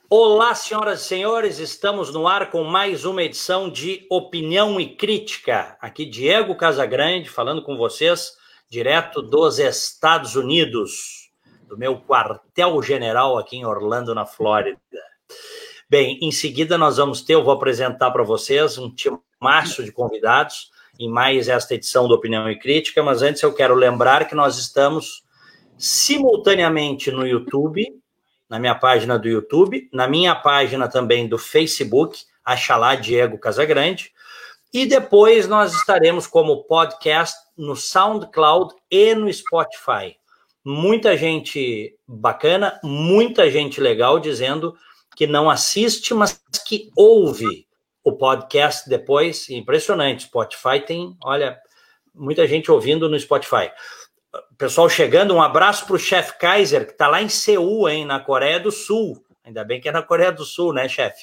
Olá, senhoras e senhores, estamos no ar com mais uma edição de Opinião e Crítica. Aqui Diego Casagrande falando com vocês direto dos Estados Unidos, do meu quartel-general aqui em Orlando, na Flórida. Bem, em seguida eu vou apresentar para vocês um timaço de convidados em mais esta edição do Opinião e Crítica, mas antes eu quero lembrar que nós estamos simultaneamente no YouTube, na minha página do YouTube, na minha página também do Facebook, acha lá Diego Casagrande, e depois nós estaremos como podcast no SoundCloud e no Spotify. Muita gente bacana, muita gente legal dizendo que não assiste, mas que ouve o podcast depois. Impressionante, Spotify tem, olha, muita gente ouvindo no Spotify. Pessoal chegando, um abraço para o chefe Kaiser, que está lá em Seul, hein, na Coreia do Sul. Ainda bem que é na Coreia do Sul, né, chefe?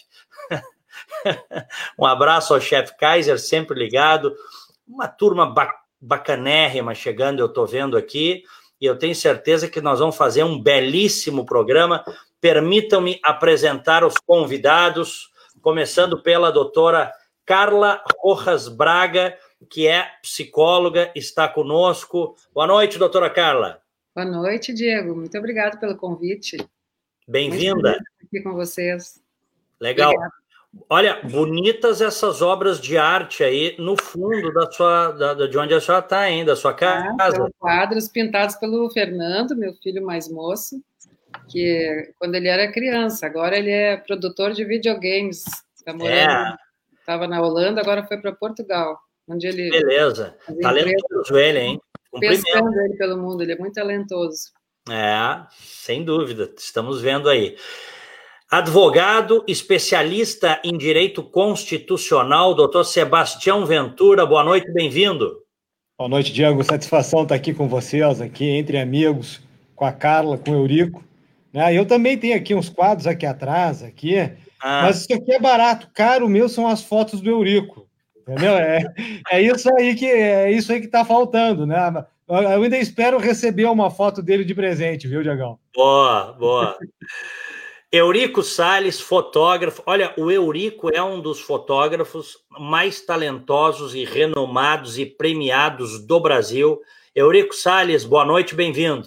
Um abraço ao chefe Kaiser, sempre ligado. Uma turma bacanérrima chegando, eu estou vendo aqui, e eu tenho certeza que nós vamos fazer um belíssimo programa. Permitam-me apresentar os convidados, começando pela doutora Carla Rojas Braga, que é psicóloga, está conosco. Boa noite, doutora Carla. Boa noite, Diego. Muito obrigado pelo convite. Bem-vinda. Estar aqui com vocês. Legal. Obrigada. Olha, bonitas essas obras de arte aí no fundo de onde a senhora está ainda, da sua casa. São quadros pintados pelo Fernando, meu filho mais moço, que quando ele era criança, agora ele é produtor de videogames. Estava na Holanda, agora foi para Portugal. Onde ele beleza, talentoso ele, hein? Pescando ele pelo mundo, ele é muito talentoso. Sem dúvida, estamos vendo aí. Advogado, especialista em direito constitucional, doutor Sebastião Ventura, boa noite, bem-vindo. Boa noite, Diego, satisfação estar aqui com vocês, aqui entre amigos, com a Carla, com o Eurico. Eu também tenho aqui uns quadros aqui atrás, mas isso aqui é barato, caro meu são as fotos do Eurico. Entendeu? É isso aí que está faltando, né? Eu ainda espero receber uma foto dele de presente, viu, Diegão? Boa. Eurico Salles, fotógrafo. Olha, o Eurico é um dos fotógrafos mais talentosos e renomados e premiados do Brasil. Eurico Salles, boa noite, bem-vindo.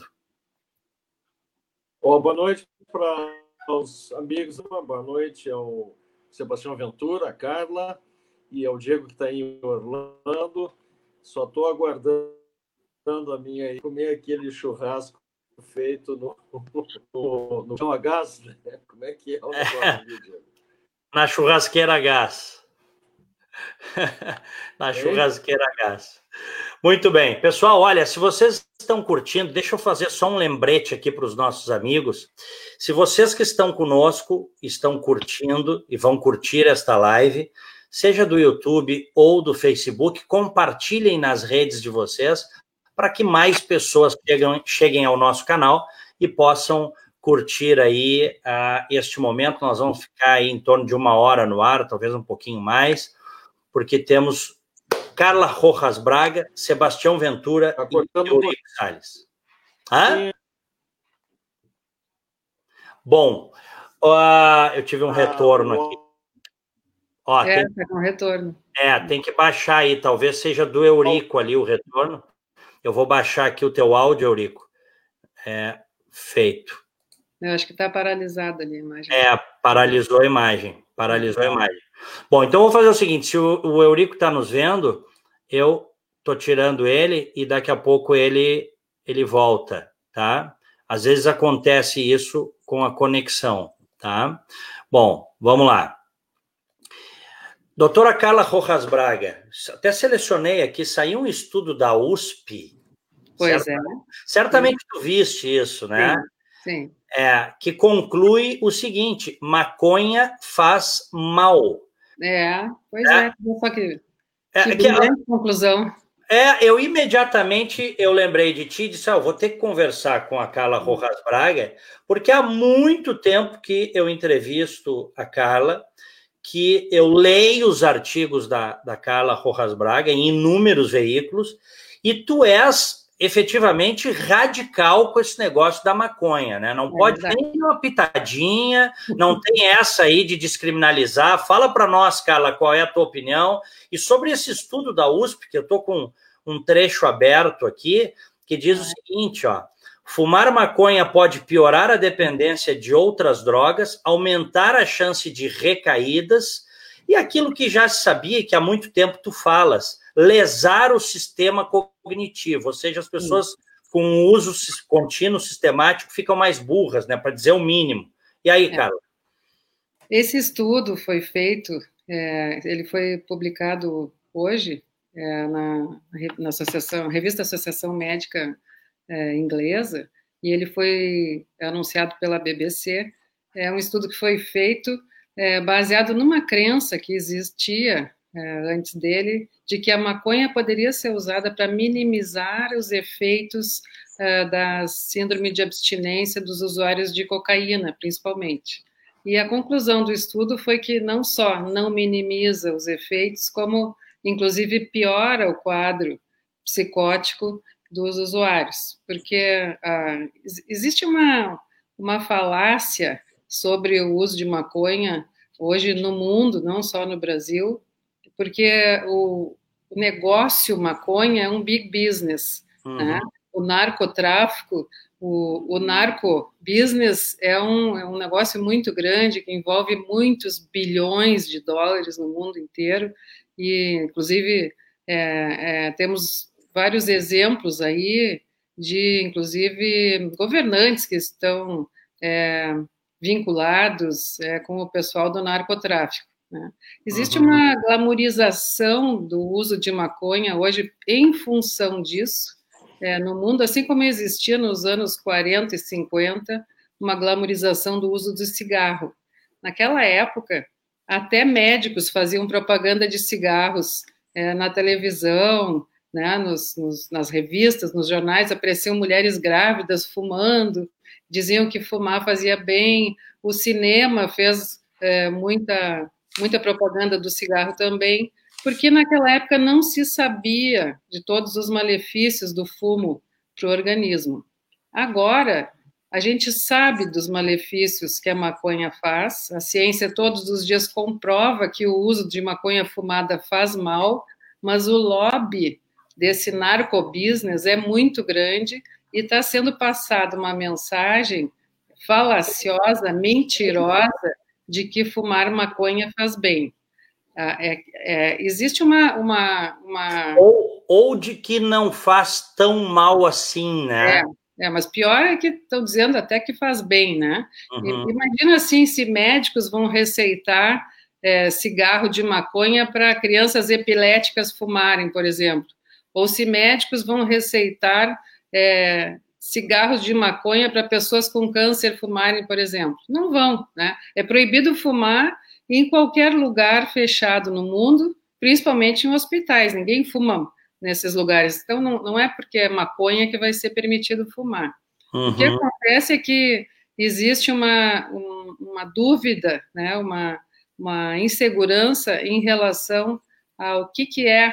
Boa noite para os amigos, boa noite ao Sebastião Ventura, a Carla e ao Diego, que está em Orlando. Só estou aguardando a minha aí, comer aquele churrasco feito no chão a gás, né? Como é que é o negócio, Diego? Na churrasqueira a gás. Na churrasqueira a gás. Muito bem. Pessoal, olha, se vocês estão curtindo, deixa eu fazer só um lembrete aqui para os nossos amigos. Se vocês que estão conosco estão curtindo e vão curtir esta live, seja do YouTube ou do Facebook, compartilhem nas redes de vocês para que mais pessoas cheguem ao nosso canal e possam curtir aí este momento. Nós vamos ficar aí em torno de 1 hora no ar, talvez um pouquinho mais, porque temos Carla Rojas Braga, Sebastião Ventura e Eurico Salles. Bom, eu tive um retorno aqui. Tá com retorno. Tem que baixar aí, talvez seja do Eurico ali o retorno. Eu vou baixar aqui o teu áudio, Eurico. Feito. Eu acho que está paralisada ali a imagem. Paralisou a imagem. Bom, então vou fazer o seguinte, se o Eurico está nos vendo, eu estou tirando ele e daqui a pouco ele volta, tá? Às vezes acontece isso com a conexão, tá? Bom, vamos lá. Doutora Carla Rojas Braga, até selecionei aqui, saiu um estudo da USP. Pois certamente tu viste isso, né? Sim. Que conclui o seguinte: maconha faz mal. Só que grande conclusão. Eu imediatamente lembrei de ti e disse, eu vou ter que conversar com a Carla Rojas Braga, porque há muito tempo que eu entrevisto a Carla, que eu leio os artigos da Carla Rojas Braga em inúmeros veículos, e tu és efetivamente radical com esse negócio da maconha, né? Não pode nem uma pitadinha, não tem essa aí de descriminalizar. Fala para nós, Carla, qual é a tua opinião? E sobre esse estudo da USP, que eu estou com um trecho aberto aqui, que diz o seguinte, ó: fumar maconha pode piorar a dependência de outras drogas, aumentar a chance de recaídas e aquilo que já se sabia e que há muito tempo tu falas, lesar o sistema cognitivo, ou seja, as pessoas com o uso contínuo, sistemático, ficam mais burras, né, para dizer o mínimo. E aí, Carla? Esse estudo foi feito, ele foi publicado hoje na Associação, Revista Associação Médica Inglesa, e ele foi anunciado pela BBC. É um estudo que foi feito baseado numa crença que existia antes dele, de que a maconha poderia ser usada para minimizar os efeitos da síndrome de abstinência dos usuários de cocaína, principalmente. E a conclusão do estudo foi que não só não minimiza os efeitos, como, inclusive, piora o quadro psicótico dos usuários, porque existe uma falácia sobre o uso de maconha hoje no mundo, não só no Brasil, porque o negócio maconha é um big business, né? O narcotráfico, o narco-business é um negócio muito grande que envolve muitos bilhões de dólares no mundo inteiro e, inclusive, temos vários exemplos aí de, inclusive, governantes que estão vinculados com o pessoal do narcotráfico, né? Existe uma glamorização do uso de maconha hoje em função disso, no mundo, assim como existia nos anos 40 e 50, uma glamorização do uso do cigarro. Naquela época, até médicos faziam propaganda de cigarros na televisão, né, nas revistas, nos jornais, apareciam mulheres grávidas fumando, diziam que fumar fazia bem. O cinema fez muita propaganda do cigarro também, porque naquela época não se sabia de todos os malefícios do fumo para o organismo. Agora, a gente sabe dos malefícios que a maconha faz, a ciência todos os dias comprova que o uso de maconha fumada faz mal, mas o lobby desse narco-business é muito grande e está sendo passada uma mensagem falaciosa, mentirosa, de que fumar maconha faz bem. Existe uma... Ou de que não faz tão mal assim, né? Mas pior é que estão dizendo até que faz bem, né? Imagina assim, se médicos vão receitar cigarro de maconha para crianças epiléticas fumarem, por exemplo, ou se médicos vão receitar cigarros de maconha para pessoas com câncer fumarem, por exemplo. Não vão, né? É proibido fumar em qualquer lugar fechado no mundo, principalmente em hospitais. Ninguém fuma nesses lugares. Então, não é porque é maconha que vai ser permitido fumar. O que acontece é que existe uma dúvida, né? uma insegurança em relação ao que é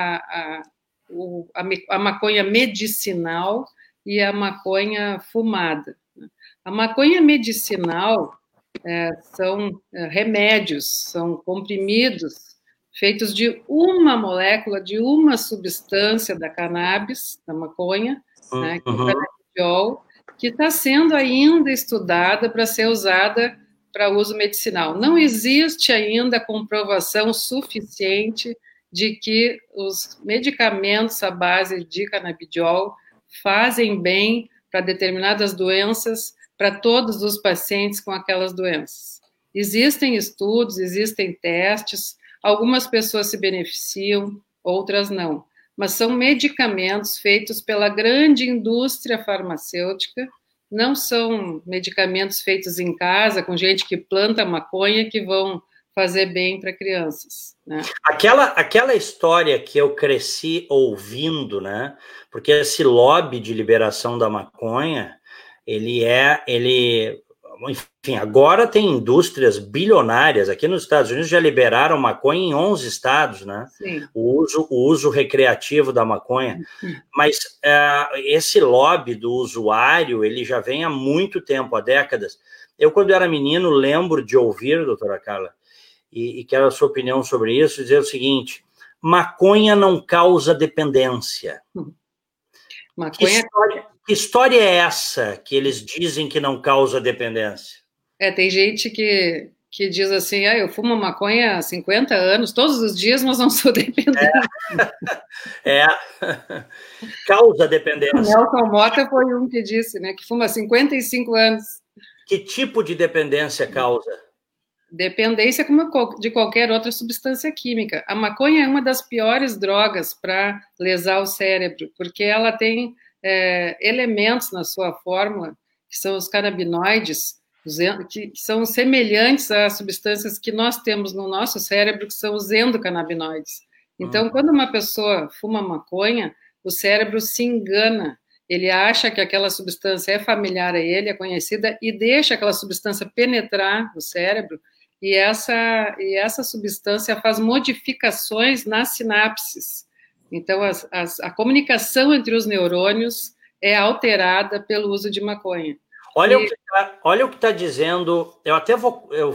a maconha medicinal e a maconha fumada. A maconha medicinal são remédios, são comprimidos feitos de uma molécula, de uma substância da cannabis, da maconha, né, que é o canabidiol, que está sendo ainda estudada para ser usada para uso medicinal. Não existe ainda comprovação suficiente de que os medicamentos à base de canabidiol fazem bem para determinadas doenças, para todos os pacientes com aquelas doenças. Existem estudos, existem testes, algumas pessoas se beneficiam, outras não. Mas são medicamentos feitos pela grande indústria farmacêutica, não são medicamentos feitos em casa, com gente que planta maconha, que vão fazer bem para crianças, né? Aquela história que eu cresci ouvindo, né? Porque esse lobby de liberação da maconha, enfim, agora tem indústrias bilionárias. Aqui nos Estados Unidos já liberaram maconha em 11 estados, né? Sim. O uso recreativo da maconha. Mas esse lobby do usuário, ele já vem há muito tempo, há décadas. Eu, quando era menino, lembro de ouvir, doutora Carla, e quero a sua opinião sobre isso, dizer o seguinte: maconha não causa dependência. Maconha... Que história é essa que eles dizem que não causa dependência? Tem gente que diz assim, eu fumo maconha há 50 anos, todos os dias, mas não sou dependente. Causa dependência. Nelson Mota foi um que disse, né, que fuma há 55 anos. Que tipo de dependência causa? Dependência como de qualquer outra substância química. A maconha é uma das piores drogas para lesar o cérebro, porque ela tem elementos na sua fórmula, que são os canabinoides, que são semelhantes às substâncias que nós temos no nosso cérebro, que são os endocannabinoides. Então, quando uma pessoa fuma maconha, o cérebro se engana. Ele acha que aquela substância é familiar a ele, é conhecida, e deixa aquela substância penetrar no cérebro, e essa substância faz modificações nas sinapses. Então, a comunicação entre os neurônios é alterada pelo uso de maconha. Olha o que está dizendo. Eu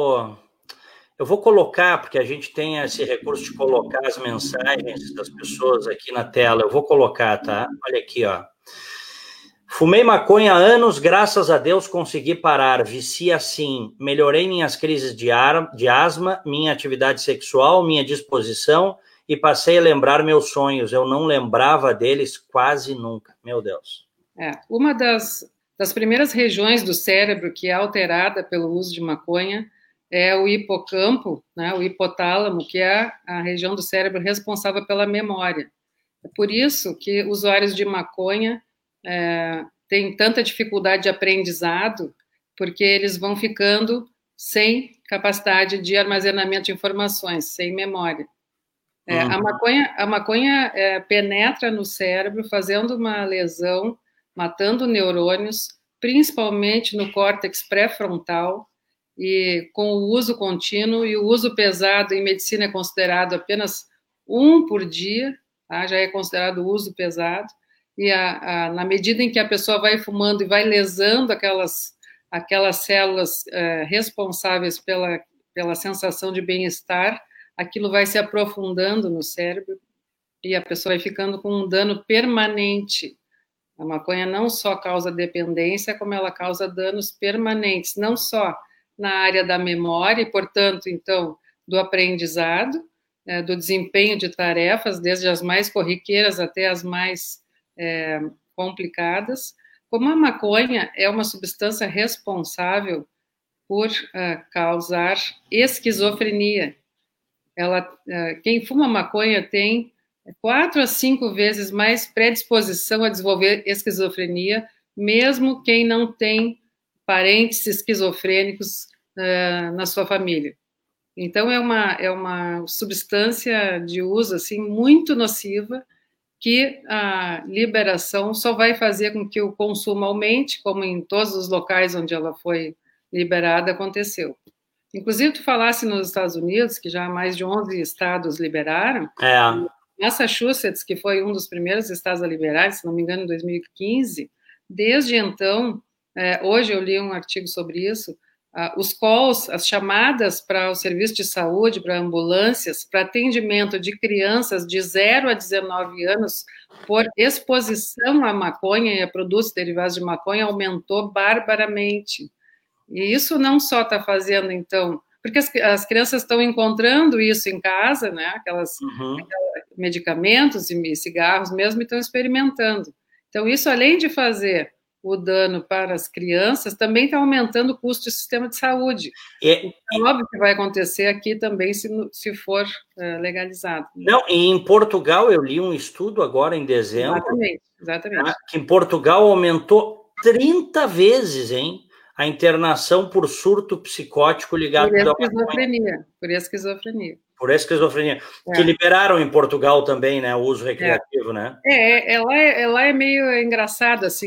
vou colocar, porque a gente tem esse recurso de colocar as mensagens das pessoas aqui na tela. Eu vou colocar, tá? Olha aqui, ó. Fumei maconha há anos, graças a Deus consegui parar. Vicia assim, melhorei minhas crises de asma, minha atividade sexual, minha disposição, e passei a lembrar meus sonhos. Eu não lembrava deles quase nunca. Meu Deus. Uma das primeiras regiões do cérebro que é alterada pelo uso de maconha é o hipocampo, né, o hipotálamo, que é a região do cérebro responsável pela memória. É por isso que usuários de maconha têm tanta dificuldade de aprendizado, porque eles vão ficando sem capacidade de armazenamento de informações, sem memória. A maconha penetra no cérebro, fazendo uma lesão, matando neurônios, principalmente no córtex pré-frontal, e com o uso contínuo, e o uso pesado em medicina é considerado apenas 1 por dia, tá? Já é considerado uso pesado, e na medida em que a pessoa vai fumando e vai lesando aquelas células responsáveis pela sensação de bem-estar, aquilo vai se aprofundando no cérebro e a pessoa vai ficando com um dano permanente. A maconha não só causa dependência, como ela causa danos permanentes, não só na área da memória e, portanto, então, do aprendizado, do desempenho de tarefas, desde as mais corriqueiras até as mais complicadas, como a maconha é uma substância responsável por causar esquizofrenia. Quem fuma maconha tem 4 a 5 vezes mais predisposição a desenvolver esquizofrenia, mesmo quem não tem parentes esquizofrênicos na sua família. Então, é uma substância de uso assim, muito nociva, que a liberação só vai fazer com que o consumo aumente, como em todos os locais onde ela foi liberada aconteceu. Inclusive, tu falasse nos Estados Unidos, que já mais de 11 estados liberaram. Massachusetts, que foi um dos primeiros estados a liberar, se não me engano, em 2015, desde então, hoje eu li um artigo sobre isso, os calls, as chamadas para o serviço de saúde, para ambulâncias, para atendimento de crianças de 0 a 19 anos por exposição à maconha e a produtos derivados de maconha aumentou barbaramente. E isso não só está fazendo, então, porque as crianças estão encontrando isso em casa, né, aquelas medicamentos e cigarros mesmo, e estão experimentando. Então, isso, além de fazer o dano para as crianças, também está aumentando o custo do sistema de saúde. É óbvio que vai acontecer aqui também se for legalizado. Não, e em Portugal, eu li um estudo agora em dezembro, exatamente. Que em Portugal aumentou 30 vezes, a internação por surto psicótico ligado à esquizofrenia. Por esquizofrenia. Por esquizofrenia. Que liberaram em Portugal também, né? O uso recreativo, né? Ela é meio engraçada, assim.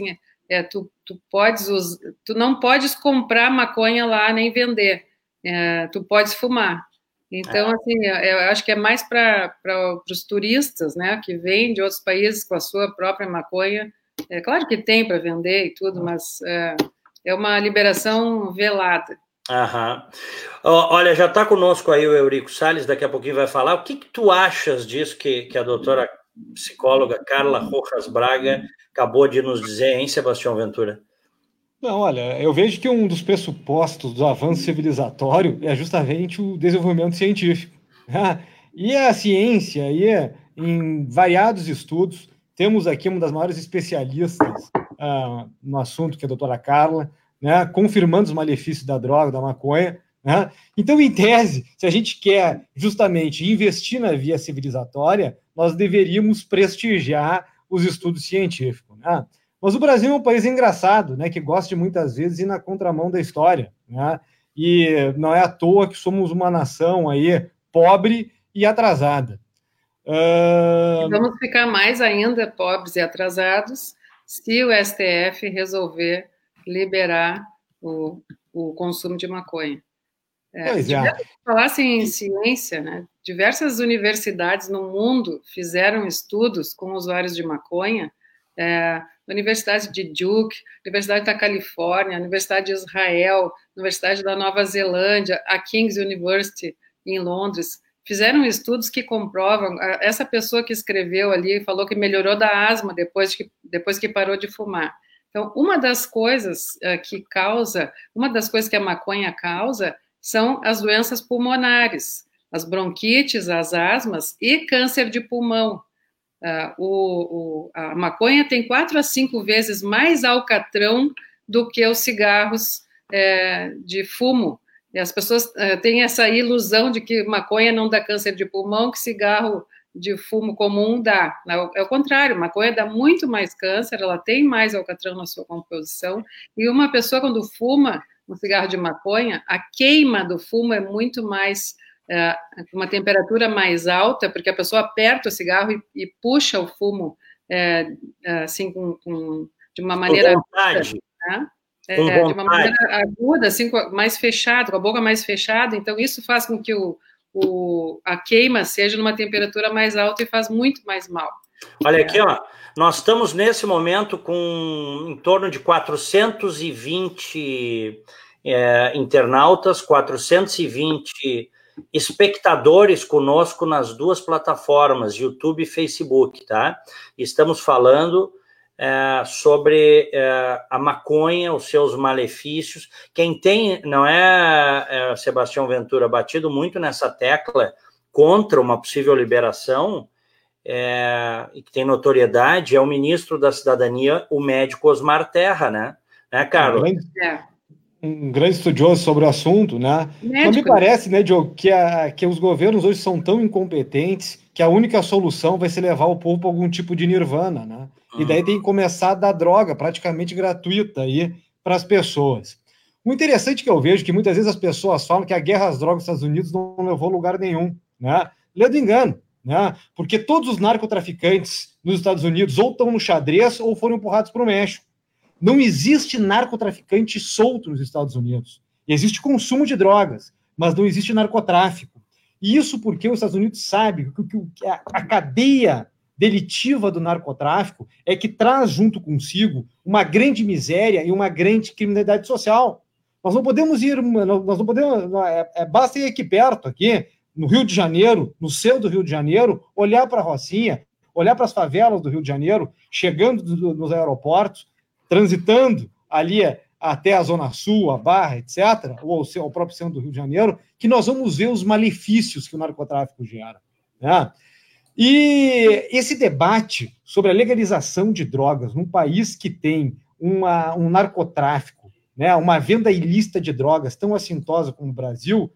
tu não podes comprar maconha lá nem vender, tu podes fumar. Então, assim, eu acho que é mais para os turistas, né, que vêm de outros países com a sua própria maconha. É claro que tem para vender e tudo, mas é uma liberação velada. Aham. Olha, já está conosco aí o Eurico Salles, daqui a pouquinho vai falar. O que tu achas disso que a doutora psicóloga Carla Rojas Braga acabou de nos dizer, hein, Sebastião Ventura? Não, olha, eu vejo que um dos pressupostos do avanço civilizatório é justamente o desenvolvimento científico. E a ciência, em variados estudos, temos aqui uma das maiores especialistas no assunto, que é a doutora Carla, né, confirmando os malefícios da droga, da maconha. Né? Então, em tese, se a gente quer justamente investir na via civilizatória, nós deveríamos prestigiar os estudos científicos. Né? Mas o Brasil é um país engraçado, né, que gosta de muitas vezes ir na contramão da história, né? E não é à toa que somos uma nação aí pobre e atrasada. Vamos ficar mais ainda pobres e atrasados se o STF resolver liberar o consumo de maconha. Pois é. Falassem em ciência, né? Diversas universidades no mundo fizeram estudos com usuários de maconha. Universidade de Duke, Universidade da Califórnia, Universidade de Israel, Universidade da Nova Zelândia, a King's University em Londres, fizeram estudos que comprovam. Essa pessoa que escreveu ali falou que melhorou da asma depois que parou de fumar. Então, uma das coisas que a maconha causa são as doenças pulmonares, as bronquites, as asmas e câncer de pulmão. A maconha tem 4 a 5 vezes mais alcatrão do que os cigarros de fumo. E as pessoas têm essa ilusão de que maconha não dá câncer de pulmão, que cigarro de fumo comum dá. É o contrário, maconha dá muito mais câncer, ela tem mais alcatrão na sua composição, e uma pessoa quando fuma um cigarro de maconha, a queima do fumo é muito mais, uma temperatura mais alta, porque a pessoa aperta o cigarro e puxa o fumo assim, de uma maneira aguda, né? De uma maneira aguda, assim, mais fechado, com a boca mais fechada. Então, isso faz com que a queima seja numa temperatura mais alta e faz muito mais mal. Olha aqui, ó, nós estamos nesse momento com em torno de 420 internautas, 420 espectadores conosco nas duas plataformas, YouTube e Facebook, tá? Estamos falando sobre a maconha, os seus malefícios. Quem tem, não é, Sebastião Ventura, batido muito nessa tecla contra uma possível liberação, e que tem notoriedade, é o ministro da Cidadania, o médico Osmar Terra, né, Carlos? Um grande estudioso sobre o assunto, né? Médico. Não me parece, né, Diogo, que os governos hoje são tão incompetentes que a única solução vai ser levar o povo para algum tipo de nirvana, né? E daí tem que começar a dar droga praticamente gratuita aí para as pessoas. O interessante que eu vejo é que muitas vezes as pessoas falam que a guerra às drogas nos Estados Unidos não levou a lugar nenhum, né? Lendo engano, né? Porque todos os narcotraficantes nos Estados Unidos ou estão no xadrez ou foram empurrados para o México. Não existe narcotraficante solto nos Estados Unidos. Existe consumo de drogas, mas não existe narcotráfico. E isso porque os Estados Unidos sabem que a cadeia delitiva do narcotráfico é que traz junto consigo uma grande miséria e uma grande criminalidade social. Nós não podemos basta ir aqui perto, aqui, no Rio de Janeiro, no centro do Rio de Janeiro, olhar para a Rocinha, olhar para as favelas do Rio de Janeiro, chegando nos aeroportos, transitando ali até a Zona Sul, a Barra, etc., ou ao próprio centro do Rio de Janeiro, que nós vamos ver os malefícios que o narcotráfico gera. Né? E esse debate sobre a legalização de drogas num país que tem um narcotráfico, né, uma venda ilícita de drogas tão assintosa como o Brasil,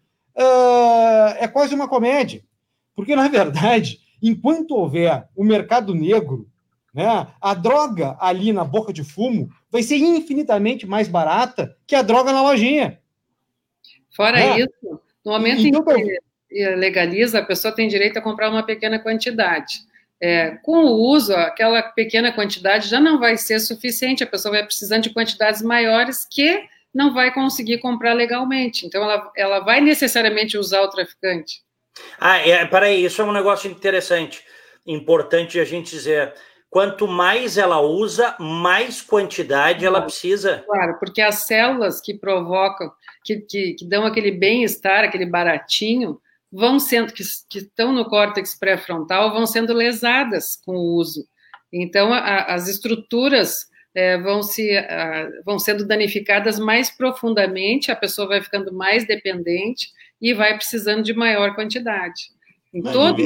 é quase uma comédia. Porque, na verdade, enquanto houver o mercado negro, né, a droga ali na boca de fumo vai ser infinitamente mais barata que a droga na lojinha. Fora isso, no momento em que legaliza, a pessoa tem direito a comprar uma pequena quantidade. Com o uso, aquela pequena quantidade já não vai ser suficiente, a pessoa vai precisando de quantidades maiores que não vai conseguir comprar legalmente. Então, ela vai necessariamente usar o traficante. Peraí, isso é um negócio interessante, importante a gente dizer. Quanto mais ela usa, mais quantidade ela precisa. Claro, porque as células que provocam, que dão aquele bem-estar, aquele baratinho, vão sendo, que estão no córtex pré-frontal, vão sendo lesadas com o uso. Então, as estruturas vão sendo danificadas mais profundamente, a pessoa vai ficando mais dependente e vai precisando de maior quantidade. Em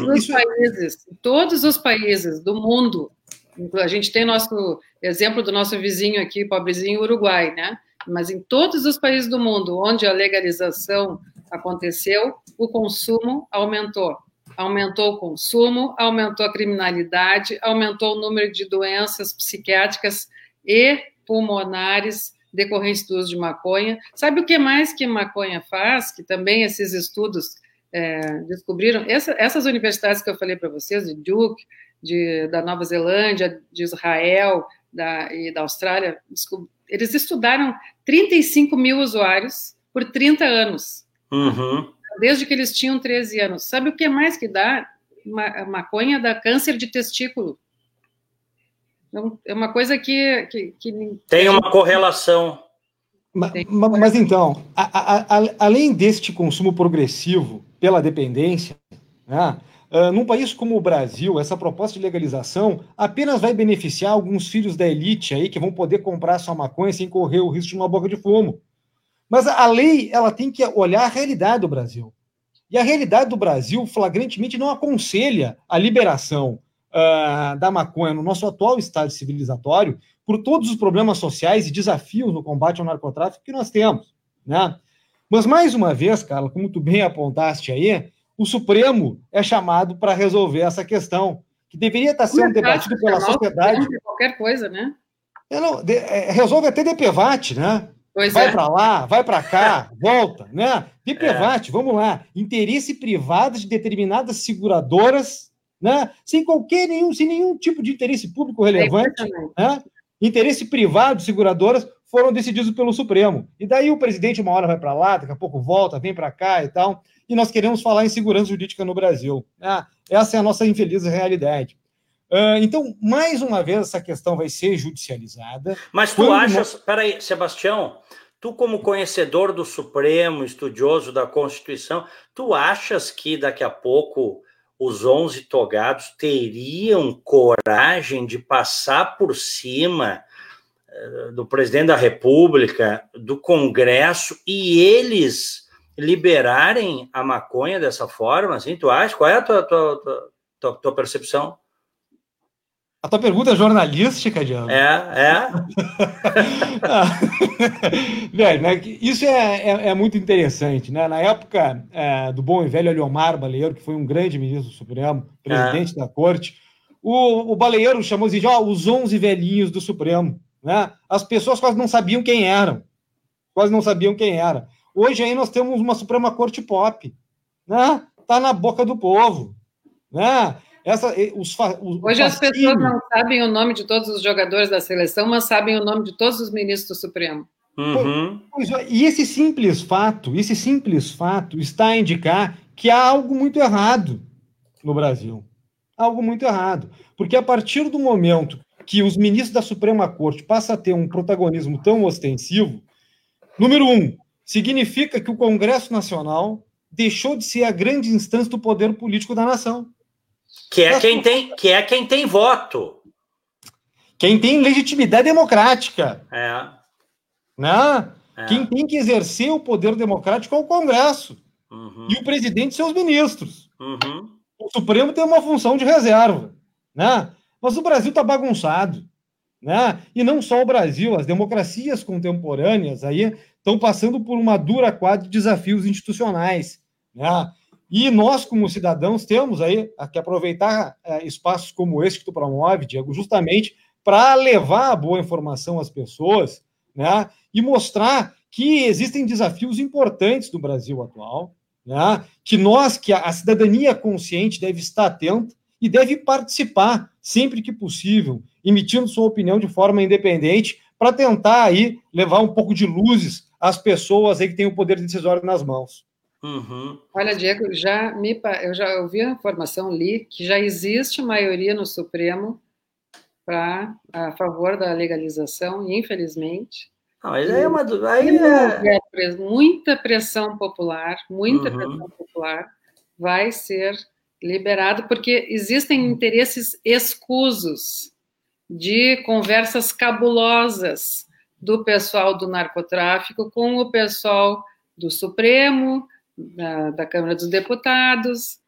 todos os países do mundo, a gente tem nosso exemplo do nosso vizinho aqui, pobrezinho, Uruguai, né? Mas em todos os países do mundo onde a legalização aconteceu, o consumo aumentou. Aumentou o consumo, aumentou a criminalidade, aumentou o número de doenças psiquiátricas e pulmonares decorrentes do uso de maconha. Sabe o que mais que maconha faz? Que também esses estudos descobriram. Essas universidades que eu falei para vocês, de Duke, da Nova Zelândia, de Israel e da Austrália, eles estudaram 35 mil usuários por 30 anos. Uhum. Desde que eles tinham 13 anos. Sabe o que mais que dá? Maconha dá câncer de testículo. Então, é uma coisa que tem uma correlação. Mas então, além deste consumo progressivo pela dependência, né, num país como o Brasil, essa proposta de legalização apenas vai beneficiar alguns filhos da elite aí que vão poder comprar sua maconha sem correr o risco de uma boca de fumo. Mas a lei, ela tem que olhar a realidade do Brasil. E a realidade do Brasil, flagrantemente, não aconselha a liberação da maconha no nosso atual estado civilizatório por todos os problemas sociais e desafios no combate ao narcotráfico que nós temos, né? Mas, mais uma vez, Carla, como tu bem apontaste aí, o Supremo é chamado para resolver essa questão, que deveria estar sendo debatido pela sociedade. Qualquer coisa, né? Resolve até DPVAT, né? Vai para lá, vai para cá, volta, né? DPVAT, vamos lá. Interesse privado de determinadas seguradoras, né? Sem nenhum tipo de interesse público relevante, né? Interesse privado de seguradoras foram decididos pelo Supremo. E daí o presidente uma hora vai para lá, daqui a pouco volta, vem para cá e tal. E nós queremos falar em segurança jurídica no Brasil. Essa é a nossa infeliz realidade. Então, mais uma vez, essa questão vai ser judicializada. Mas tu achas... Peraí, Sebastião, tu como conhecedor do Supremo, estudioso da Constituição, tu achas que daqui a pouco os 11 togados teriam coragem de passar por cima do presidente da República, do Congresso, e eles liberarem a maconha dessa forma? Assim, tu acha? Qual é a tua percepção? A tua pergunta é jornalística, Diego? Velho, né, isso é muito interessante, né? Na época do bom e velho Eliomar Baleiro, que foi um grande ministro do Supremo, presidente da corte, o Baleiro chamou de os 11 velhinhos do Supremo, né? As pessoas quase não sabiam quem eram. Hoje aí nós temos uma Suprema Corte pop, né? Tá na boca do povo, né? Hoje as pessoas não sabem o nome de todos os jogadores da seleção, mas sabem o nome de todos os ministros do Supremo. Uhum. E esse simples fato está a indicar que há algo muito errado no Brasil. Algo muito errado. Porque a partir do momento que os ministros da Suprema Corte passam a ter um protagonismo tão ostensivo, número 1, significa que o Congresso Nacional deixou de ser a grande instância do poder político da nação. Que é quem tem voto. Quem tem legitimidade democrática. Né? Quem tem que exercer o poder democrático é o Congresso. Uhum. E o presidente e seus ministros. Uhum. O Supremo tem uma função de reserva. Né? Mas o Brasil está bagunçado. Né? E não só o Brasil, as democracias contemporâneas aí estão passando por uma dura quadra de desafios institucionais. Né? E nós, como cidadãos, temos aí que aproveitar espaços como esse que tu promove, Diego, justamente para levar a boa informação às pessoas, né? E mostrar que existem desafios importantes do Brasil atual, né? Que a cidadania consciente deve estar atenta e deve participar sempre que possível, emitindo sua opinião de forma independente, para tentar aí levar um pouco de luzes às pessoas aí que têm o poder decisório nas mãos. Olha, Diego, eu já ouvi a informação, li, que já existe maioria no Supremo a favor da legalização, infelizmente. Não, mas aí muita pressão popular, vai ser liberado, porque existem interesses escusos de conversas cabulosas do pessoal do narcotráfico com o pessoal do Supremo, da Câmara dos Deputados.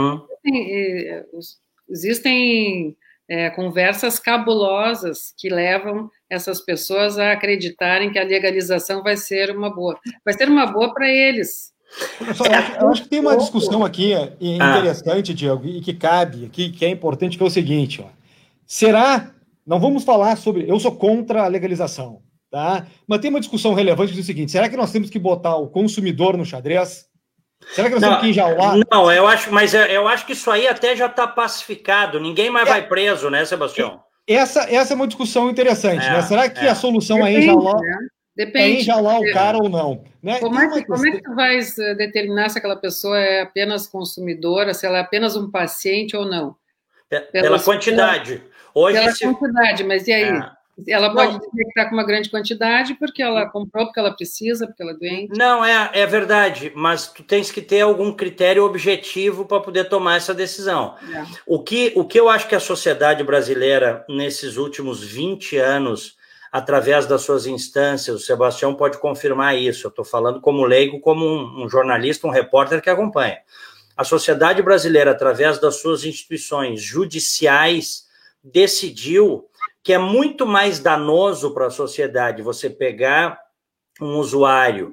Né? Existem conversas cabulosas que levam essas pessoas a acreditarem que a legalização vai ser uma boa. Vai ser uma boa para eles. Eu acho que tem uma discussão aqui interessante, Diego, e que cabe aqui, que é importante, que é o seguinte, ó. Será... Não vamos falar sobre... Eu sou contra a legalização, tá? Mas tem uma discussão relevante que diz o seguinte, será que nós temos que botar o consumidor no xadrez? Será que nós temos que enjaular? Não, eu acho que isso aí até já está pacificado. Ninguém mais vai preso, né, Sebastião? Essa é uma discussão interessante, né? Será que a solução Depende, é enjaular, né? Depende, enjaular o cara ou não? Né? Como é que tu vais determinar se aquela pessoa é apenas consumidora, se ela é apenas um paciente ou não? Pela quantidade. Quantidade, mas e aí? Ela pode dizer que está com uma grande quantidade porque ela comprou, porque ela precisa, porque ela é doente. Não, é verdade, mas tu tens que ter algum critério objetivo para poder tomar essa decisão. O que eu acho que a sociedade brasileira, nesses últimos 20 anos, através das suas instâncias, o Sebastião pode confirmar isso, eu estou falando como leigo, como um jornalista, um repórter que acompanha. A sociedade brasileira, através das suas instituições judiciais, decidiu que é muito mais danoso para a sociedade você pegar um usuário,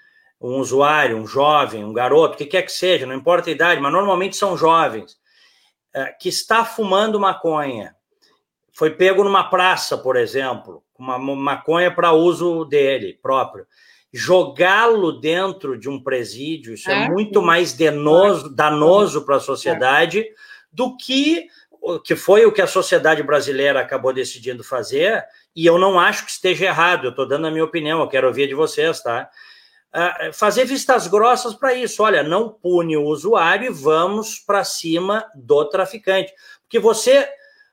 um jovem, um garoto, o que quer que seja, não importa a idade, mas normalmente são jovens, que está fumando maconha, foi pego numa praça, por exemplo, uma maconha para uso dele próprio, jogá-lo dentro de um presídio, isso é muito mais danoso para a sociedade do que foi o que a sociedade brasileira acabou decidindo fazer, e eu não acho que esteja errado, eu estou dando a minha opinião, eu quero ouvir de vocês, tá? Fazer vistas grossas para isso, olha, não pune o usuário e vamos para cima do traficante, porque você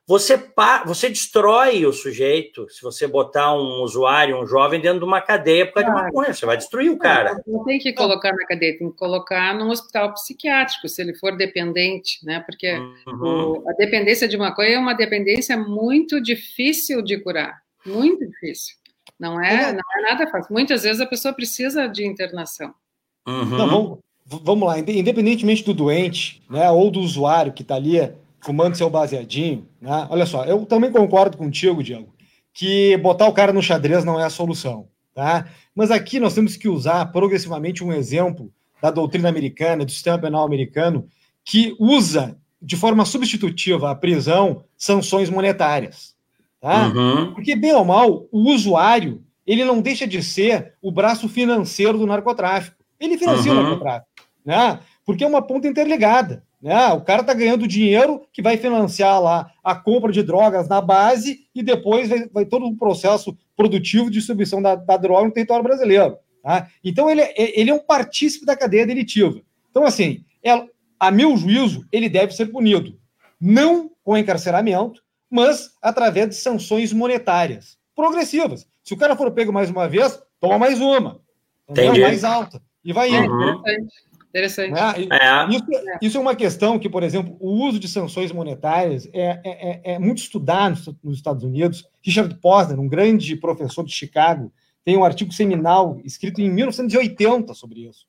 destrói o sujeito se você botar um usuário, um jovem, dentro de uma cadeia por causa de maconha, você vai destruir o cara. Não tem que colocar na cadeia, tem que colocar num hospital psiquiátrico, se ele for dependente, né? Porque a dependência de maconha é uma dependência muito difícil de curar, muito difícil. Não é nada fácil. Muitas vezes a pessoa precisa de internação. Não, vamos lá, independentemente do doente, né, ou do usuário que está ali fumando seu baseadinho, né? Olha só, eu também concordo contigo, Diego, que botar o cara no xadrez não é a solução, tá? Mas aqui nós temos que usar progressivamente um exemplo da doutrina americana, do sistema penal americano, que usa de forma substitutiva à prisão sanções monetárias, tá? Porque, bem ou mal, o usuário, ele não deixa de ser o braço financeiro do narcotráfico. Ele financia o narcotráfico, né? Porque é uma ponta interligada. O cara está ganhando dinheiro que vai financiar lá a compra de drogas na base e depois vai todo um processo produtivo de distribuição da droga no território brasileiro. Tá? Então, ele é um partícipe da cadeia delitiva. Então, assim, a meu juízo, ele deve ser punido. Não com encarceramento, mas através de sanções monetárias progressivas. Se o cara for pego mais uma vez, toma mais uma. Mais alta. E vai indo. Interessante. Isso é uma questão que, por exemplo, o uso de sanções monetárias é muito estudado nos Estados Unidos. Richard Posner, um grande professor de Chicago, tem um artigo seminal escrito em 1980 sobre isso.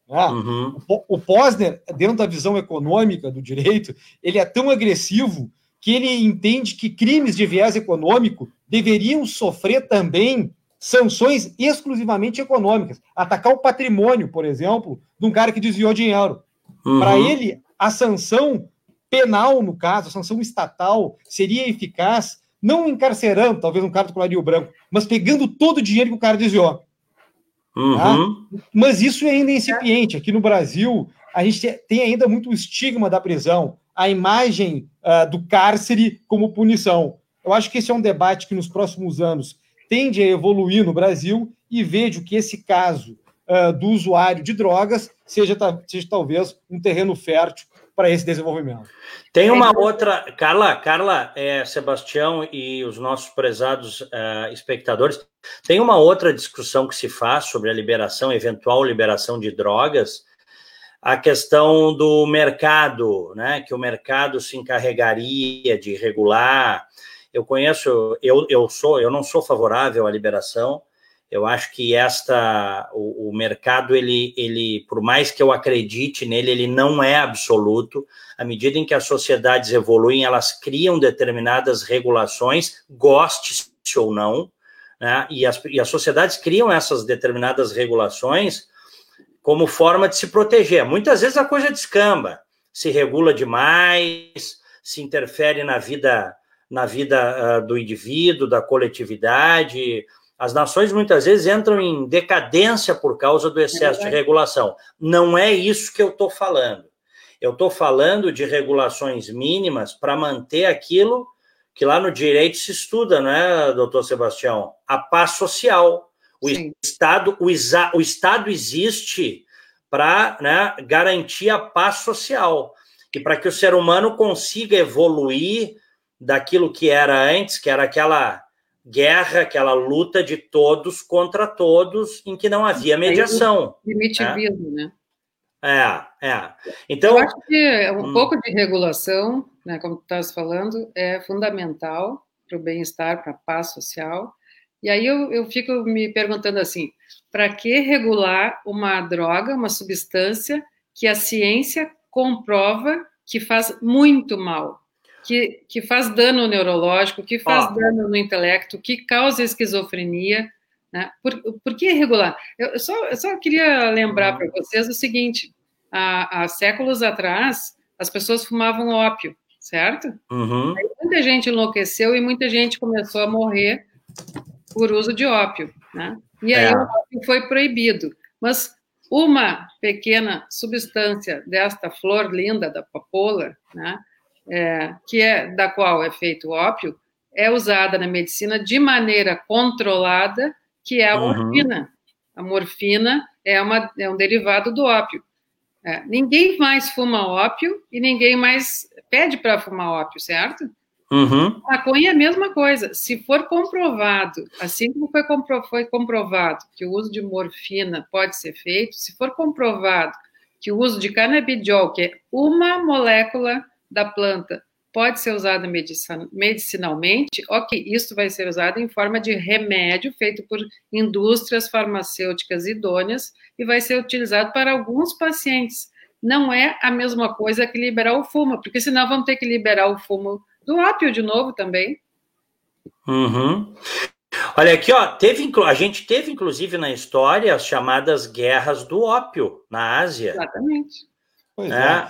O Posner, dentro da visão econômica do direito, ele é tão agressivo que ele entende que crimes de viés econômico deveriam sofrer também sanções exclusivamente econômicas. Atacar o patrimônio, por exemplo, de um cara que desviou dinheiro. Para ele, a sanção penal, no caso, a sanção estatal, seria eficaz, não encarcerando, talvez um cara do colarinho branco, mas pegando todo o dinheiro que o cara desviou. Tá? Mas isso é ainda incipiente. Aqui no Brasil, a gente tem ainda muito o estigma da prisão. a imagem do cárcere como punição. Eu acho que esse é um debate que nos próximos anos tende a evoluir no Brasil e vejo que esse caso do usuário de drogas seja talvez um terreno fértil para esse desenvolvimento. Tem uma outra, Carla, Sebastião e os nossos prezados espectadores, tem uma outra discussão que se faz sobre a eventual liberação de drogas, a questão do mercado, né, que o mercado se encarregaria de regular. Eu não sou favorável à liberação. Eu acho que o mercado, ele, por mais que eu acredite nele, ele não é absoluto. À medida em que as sociedades evoluem, elas criam determinadas regulações, goste-se ou não, né? E as sociedades criam essas determinadas regulações como forma de se proteger. Muitas vezes a coisa descamba, se regula demais, se interfere na vida do indivíduo, da coletividade. As nações muitas vezes entram em decadência por causa do excesso de regulação. Não é isso que eu estou falando. Eu estou falando de regulações mínimas para manter aquilo que lá no direito se estuda, não é, doutor Sebastião? A paz social. O Estado existe para, né, garantir a paz social e para que o ser humano consiga evoluir daquilo que era antes, que era aquela guerra, aquela luta de todos contra todos, em que não havia mediação. Primitivismo, né? Então, eu acho que um pouco de regulação, né, como tu estás falando, é fundamental para o bem-estar, para a paz social. E aí eu fico me perguntando assim, para que regular uma droga, uma substância que a ciência comprova que faz muito mal, que faz dano neurológico, que faz dano no intelecto, que causa esquizofrenia, né? Por que regular? Eu só queria lembrar para vocês o seguinte, há séculos atrás, as pessoas fumavam ópio, certo? Uhum. Aí muita gente enlouqueceu e muita gente começou a morrer por uso de ópio, né? E aí o ópio foi proibido. Mas uma pequena substância desta flor linda da papoula, né, da qual é feito o ópio, é usada na medicina de maneira controlada, que é a morfina. A morfina é um derivado do ópio. Ninguém mais fuma ópio e ninguém mais pede para fumar ópio, certo? Maconha é a mesma coisa. Se for comprovado, assim como foi comprovado que o uso de morfina pode ser feito, se for comprovado que o uso de canabidiol, que é uma molécula da planta, pode ser usado medicinalmente, ok, isso vai ser usado em forma de remédio feito por indústrias farmacêuticas idôneas e vai ser utilizado para alguns pacientes. Não é a mesma coisa que liberar o fumo, porque senão vamos ter que liberar o fumo do ópio de novo também. Olha aqui, ó, a gente teve inclusive na história as chamadas guerras do ópio na Ásia. Exatamente. Pois é.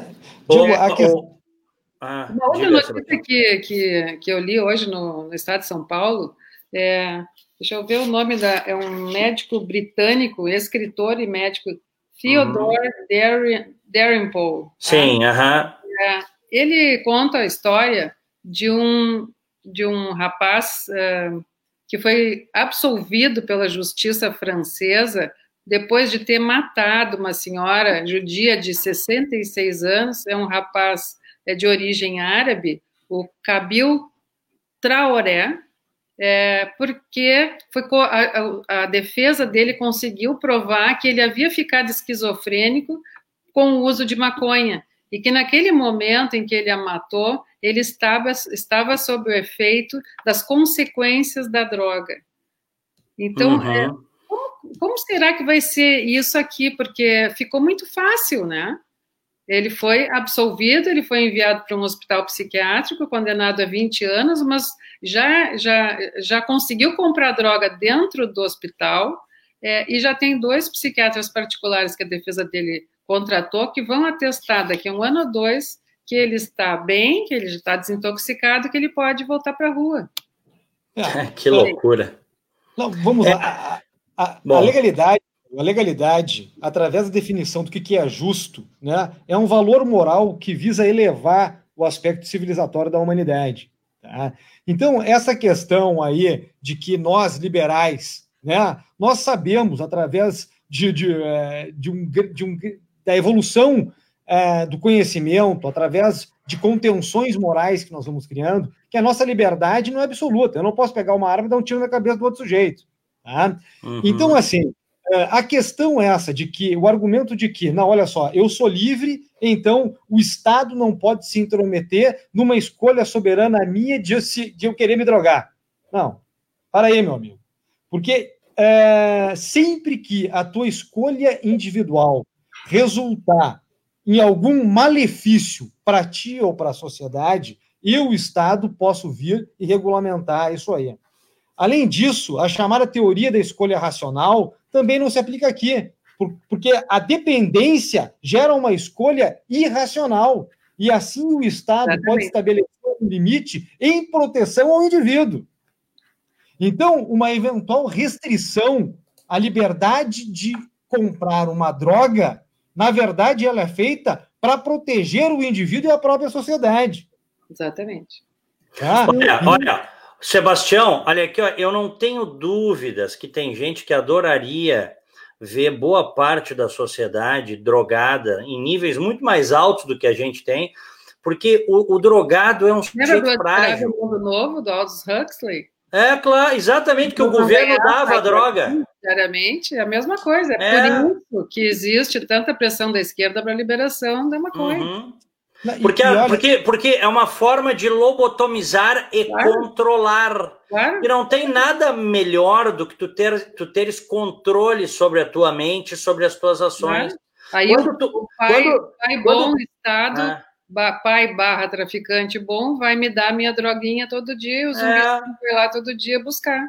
Uma outra notícia que eu li hoje no estado de São Paulo, deixa eu ver o nome é um médico britânico, escritor e médico, Theodore Dalrymple. Sim, ele conta a história de um rapaz que foi absolvido pela justiça francesa depois de ter matado uma senhora judia de 66 anos, é um rapaz de origem árabe, o Kabil Traoré, porque a defesa dele conseguiu provar que ele havia ficado esquizofrênico com o uso de maconha, e que naquele momento em que ele a matou, ele estava sob o efeito das consequências da droga. Então, como será que vai ser isso aqui? Porque ficou muito fácil, né? Ele foi absolvido, ele foi enviado para um hospital psiquiátrico, condenado a 20 anos, mas já conseguiu comprar droga dentro do hospital, e já tem 2 psiquiatras particulares que a defesa dele contratou, que vão atestar daqui a 1 ano ou 2 que ele está bem, que ele já está desintoxicado, que ele pode voltar para a rua. Que loucura. Não, vamos lá. A legalidade, a legalidade, através da definição do que é justo, né, é um valor moral que visa elevar o aspecto civilizatório da humanidade. Tá? Então, essa questão aí de que nós, liberais, né, nós sabemos, através da evolução do conhecimento, através de contenções morais que nós vamos criando, que a nossa liberdade não é absoluta. Eu não posso pegar uma arma e dar um tiro na cabeça do outro sujeito. Tá? Uhum. Então, assim, a questão é essa, de que o argumento de que, não, olha só, eu sou livre, então o Estado não pode se intrometer numa escolha soberana minha de eu querer me drogar. Não, para aí, meu amigo. Porque sempre que a tua escolha individual resultar em algum malefício para ti ou para a sociedade, eu, o Estado, posso vir e regulamentar isso aí. Além disso, a chamada teoria da escolha racional também não se aplica aqui, porque a dependência gera uma escolha irracional, e assim o Estado pode estabelecer um limite em proteção ao indivíduo. Então, uma eventual restrição à liberdade de comprar uma droga, na verdade, ela é feita para proteger o indivíduo e a própria sociedade. Exatamente. Olha, Sebastião, olha aqui, ó, eu não tenho dúvidas que tem gente que adoraria ver boa parte da sociedade drogada em níveis muito mais altos do que a gente tem, porque o drogado é um sujeito frágil. Lembra do Novo, do Aldous Huxley? É, claro, exatamente, que o governo dava a droga. Sinceramente, é a mesma coisa. É por isso que existe tanta pressão da esquerda para a liberação da maconha. Uhum. Porque é uma forma de lobotomizar e controlar. Claro. E não tem nada melhor do que tu teres controle sobre a tua mente, sobre as tuas ações. Aí o pai bom do Estado, pai / traficante bom, vai me dar minha droguinha todo dia, os zumbis vão lá todo dia buscar.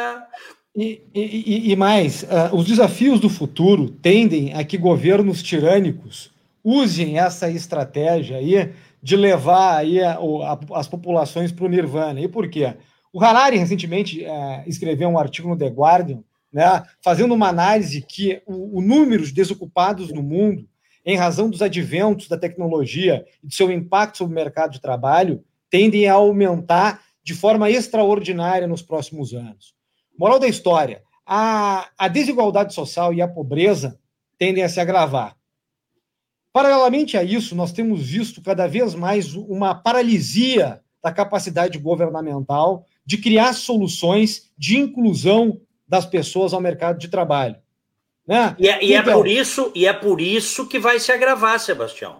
E mais, os desafios do futuro tendem a que governos tirânicos usem essa estratégia aí de levar aí as populações para o nirvana. E por quê? O Harari recentemente escreveu um artigo no The Guardian, né, fazendo uma análise que o número de desocupados no mundo, em razão dos adventos da tecnologia e de seu impacto sobre o mercado de trabalho, tendem a aumentar de forma extraordinária nos próximos anos. Moral da história, a desigualdade social e a pobreza tendem a se agravar. Paralelamente a isso, nós temos visto cada vez mais uma paralisia da capacidade governamental de criar soluções de inclusão das pessoas ao mercado de trabalho. Né? É por isso que vai se agravar, Sebastião.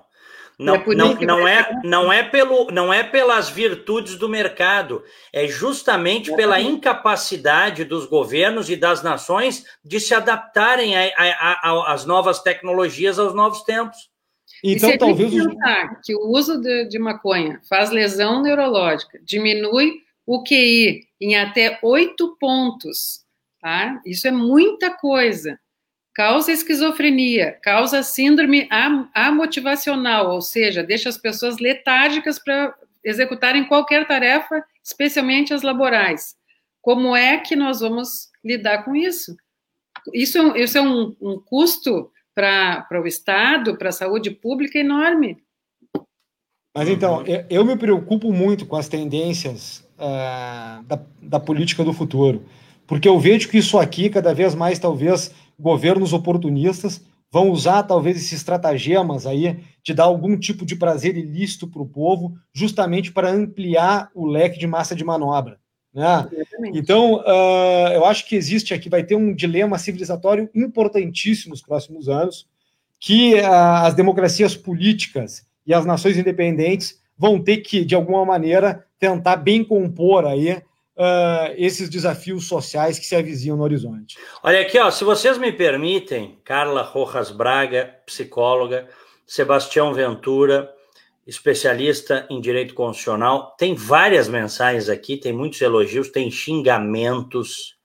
Não é pelas virtudes do mercado, é justamente pela incapacidade dos governos e das nações de se adaptarem às novas tecnologias, aos novos tempos. Então, e talvez que o uso de maconha faz lesão neurológica, diminui o QI em até 8 pontos, tá? Isso é muita coisa. Causa esquizofrenia, causa síndrome amotivacional, ou seja, deixa as pessoas letárgicas para executarem qualquer tarefa, especialmente as laborais. Como é que nós vamos lidar com isso? Isso é um custo para o Estado, para a saúde pública enorme. Mas então, eu me preocupo muito com as tendências da política do futuro, porque eu vejo que isso aqui, cada vez mais, talvez, governos oportunistas vão usar, talvez, esses estratagemas aí de dar algum tipo de prazer ilícito para o povo, justamente para ampliar o leque de massa de manobra. Né? Então, eu acho que existe aqui, vai ter um dilema civilizatório importantíssimo nos próximos anos, que as democracias políticas e as nações independentes vão ter que, de alguma maneira, tentar bem compor aí esses desafios sociais que se avizinham no horizonte. Olha aqui, ó, se vocês me permitem, Carla Rojas Braga, psicóloga, Sebastião Ventura, especialista em direito constitucional, tem várias mensagens aqui, tem muitos elogios, tem xingamentos.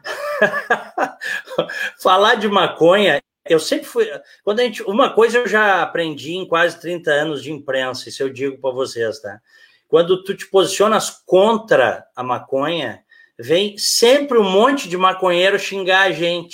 Falar de maconha, eu sempre fui... uma coisa eu já aprendi em quase 30 anos de imprensa, isso eu digo para vocês, tá? Quando tu te posicionas contra a maconha, vem sempre um monte de maconheiro xingar a gente.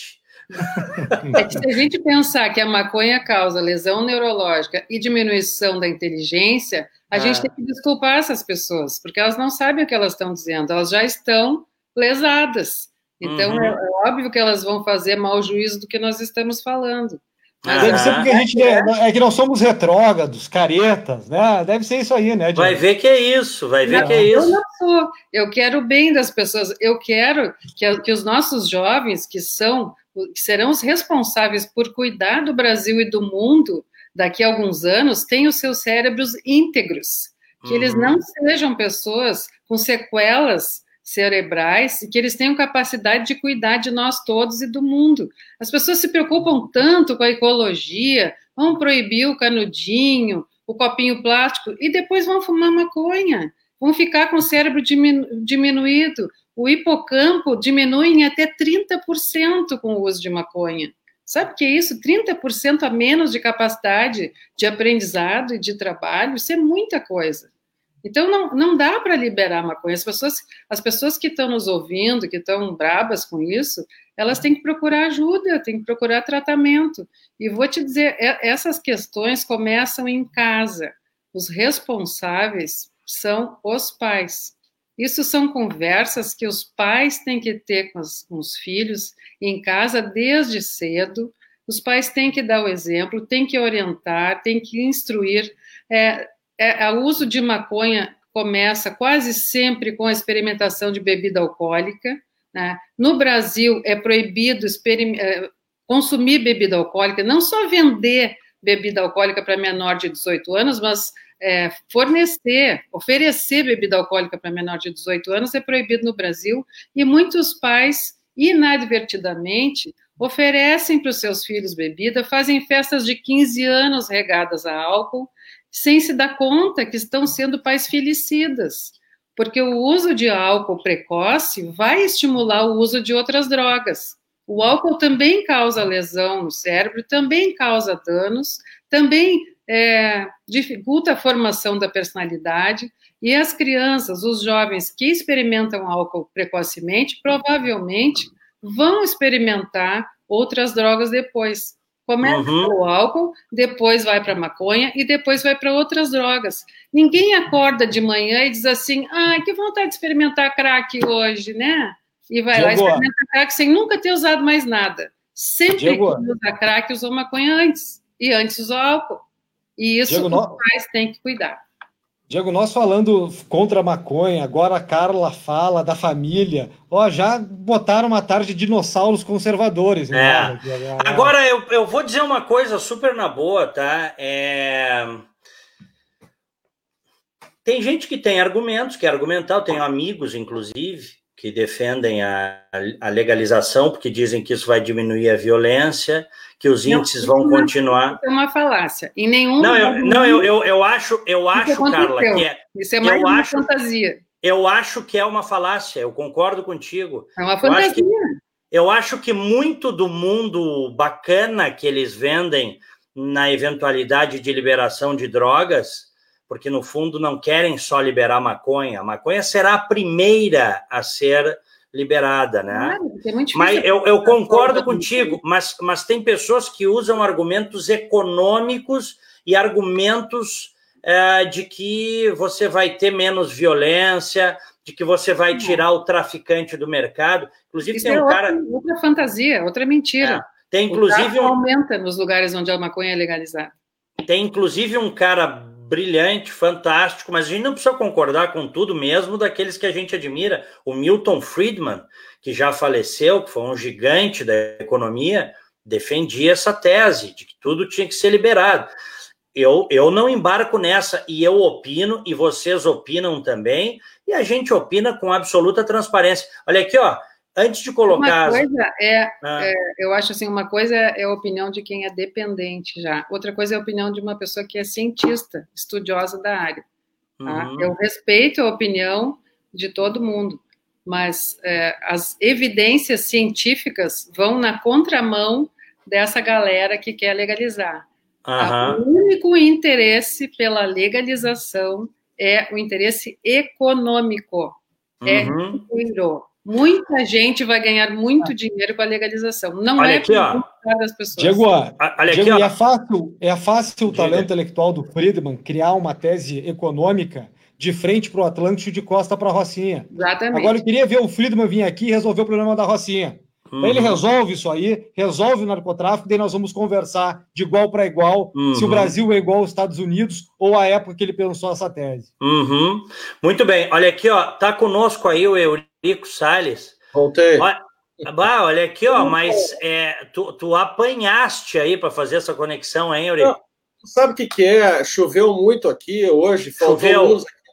É que se a gente pensar que a maconha causa lesão neurológica e diminuição da inteligência, a gente tem que desculpar essas pessoas, porque elas não sabem o que elas estão dizendo, elas já estão lesadas. Então, é óbvio que elas vão fazer mau juízo do que nós estamos falando. Mas deve ser porque a gente é que nós somos retrógrados, caretas, né? Deve ser isso aí, né, Diego? Vai ver que é isso, vai ver que é isso. Eu não sou. Eu quero o bem das pessoas. Eu quero que os nossos jovens, que serão os responsáveis por cuidar do Brasil e do mundo daqui a alguns anos, tenham os seus cérebros íntegros. Que eles não sejam pessoas com sequelas cerebrais e que eles tenham capacidade de cuidar de nós todos e do mundo. As pessoas se preocupam tanto com a ecologia, vão proibir o canudinho, o copinho plástico, e depois vão fumar maconha, vão ficar com o cérebro diminuído. O hipocampo diminui em até 30% com o uso de maconha. Sabe o que é isso? 30% a menos de capacidade de aprendizado e de trabalho, isso é muita coisa. Então, não dá para liberar a maconha. As pessoas que estão nos ouvindo, que estão brabas com isso, elas têm que procurar ajuda, têm que procurar tratamento. E vou te dizer, essas questões começam em casa. Os responsáveis são os pais. Isso são conversas que os pais têm que ter com os filhos em casa desde cedo. Os pais têm que dar o exemplo, têm que orientar, têm que instruir. O uso de maconha começa quase sempre com a experimentação de bebida alcoólica, né? No Brasil, é proibido consumir bebida alcoólica, não só vender bebida alcoólica para menor de 18 anos, mas oferecer bebida alcoólica para menor de 18 anos é proibido no Brasil, e muitos pais, inadvertidamente, oferecem para os seus filhos bebida, fazem festas de 15 anos regadas a álcool, sem se dar conta que estão sendo pais filicidas, porque o uso de álcool precoce vai estimular o uso de outras drogas. O álcool também causa lesão no cérebro, também causa danos, também dificulta a formação da personalidade, e as crianças, os jovens que experimentam álcool precocemente, provavelmente vão experimentar outras drogas depois. Começa pelo álcool, depois vai para a maconha e depois vai para outras drogas. Ninguém acorda de manhã e diz assim, que vontade de experimentar crack hoje, né? E vai lá e experimenta crack sem nunca ter usado mais nada. Sempre que usa crack, usou maconha antes. E antes usou álcool. E isso os pais têm que cuidar. Diego, nós falando contra a maconha, agora a Carla fala da família. Já botaram uma tarde de dinossauros conservadores. Agora, eu vou dizer uma coisa super na boa, tá? Tem gente que tem argumentos, quer argumentar, eu tenho amigos, inclusive, que defendem a legalização, porque dizem que isso vai diminuir a violência, que os índices vão continuar. É uma falácia. Em nenhum. Eu acho, Carla, que isso é mais uma fantasia. Eu acho que é uma falácia. Eu concordo contigo. É uma fantasia. Eu acho que muito do mundo bacana que eles vendem na eventualidade de liberação de drogas, porque no fundo não querem só liberar maconha. A maconha será a primeira a ser liberada, né? É muito difícil. Mas eu concordo contigo, mas tem pessoas que usam argumentos econômicos e argumentos de que você vai ter menos violência, de que você vai tirar o traficante do mercado. Inclusive, isso tem outra fantasia, outra mentira. Tem inclusive aumenta nos lugares onde a maconha é legalizada. Tem inclusive um cara brilhante, fantástico, mas a gente não precisa concordar com tudo mesmo daqueles que a gente admira. O Milton Friedman, que já faleceu, que foi um gigante da economia, defendia essa tese de que tudo tinha que ser liberado. Eu não embarco nessa, e eu opino, e vocês opinam também, e a gente opina com absoluta transparência. Olha aqui, antes de colocar... Uma coisa eu acho assim, uma coisa é a opinião de quem é dependente já, outra coisa é a opinião de uma pessoa que é cientista, estudiosa da área. Tá? Eu respeito a opinião de todo mundo, mas as evidências científicas vão na contramão dessa galera que quer legalizar. O único interesse pela legalização é o interesse econômico. É dinheiro. Muita gente vai ganhar muito dinheiro com a legalização. Não olha é aqui, ó. das pessoas. Diego, olha aqui, ó. é fácil o talento intelectual do Friedman criar uma tese econômica de frente para o Atlântico, de costa para a Rocinha. Exatamente. Agora eu queria ver o Friedman vir aqui e resolver o problema da Rocinha. Ele resolve isso aí, resolve o narcotráfico, daí nós vamos conversar de igual para igual, se o Brasil é igual aos Estados Unidos ou a época que ele pensou essa tese. Muito bem, olha aqui, ó, tá conosco aí o Eurico Salles. Voltei. Olha aqui, ó, mas tu apanhaste aí para fazer essa conexão, hein, Eurico? Não, sabe o que é? Choveu muito aqui hoje, faltou luz aqui.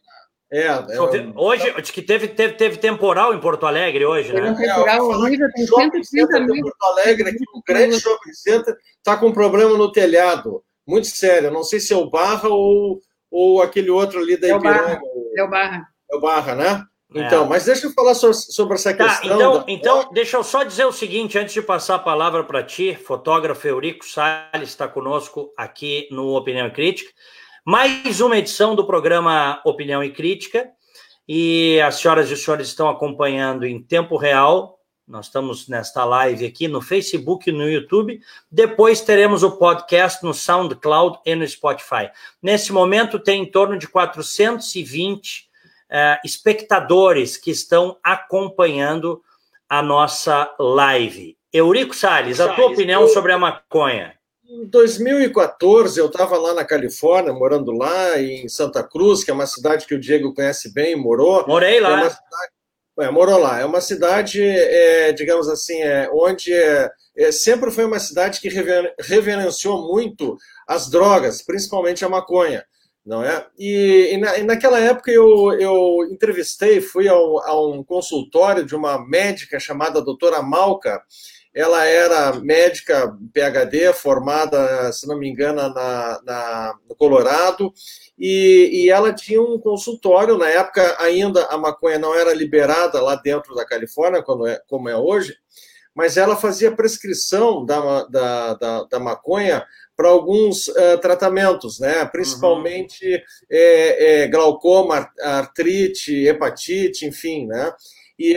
Hoje, acho que teve temporal em Porto Alegre hoje, né? Temporal horrível, tem 130 mil. Porto Alegre, aqui, um grande shopping center, está com um problema no telhado, muito sério. Não sei se é o Barra ou aquele outro ali da Ipiranga. É o Barra. É o Barra, né? Então, mas deixa eu falar sobre essa questão. Então, deixa eu só dizer o seguinte, antes de passar a palavra para ti, fotógrafo Eurico Salles está conosco aqui no Opinião e Crítica. Mais uma edição do programa Opinião e Crítica, e as senhoras e os senhores estão acompanhando em tempo real. Nós estamos nesta live aqui no Facebook e no YouTube. Depois teremos o podcast no SoundCloud e no Spotify. Nesse momento tem em torno de 420 espectadores que estão acompanhando a nossa live. Eurico Salles, a tua opinião sobre a maconha? Em 2014, eu estava lá na Califórnia, morando lá, em Santa Cruz, que é uma cidade que o Diego conhece bem, morou. Morei lá. Morou lá. É uma cidade, digamos assim, onde sempre foi uma cidade que reverenciou muito as drogas, principalmente a maconha, não é? E naquela época eu entrevistei, fui a um consultório de uma médica chamada doutora Malka. Ela era médica PhD, formada, se não me engano, no Colorado, e ela tinha um consultório. Na época, ainda a maconha não era liberada lá dentro da Califórnia, como é hoje, mas ela fazia prescrição da maconha para alguns tratamentos, né? Principalmente glaucoma, artrite, hepatite, enfim, né? E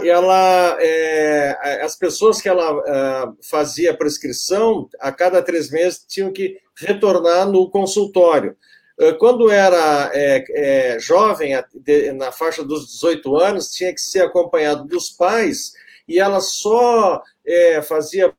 as pessoas que ela fazia prescrição, a cada 3 meses, tinham que retornar no consultório. Quando era jovem, na faixa dos 18 anos, tinha que ser acompanhado dos pais, e ela só fazia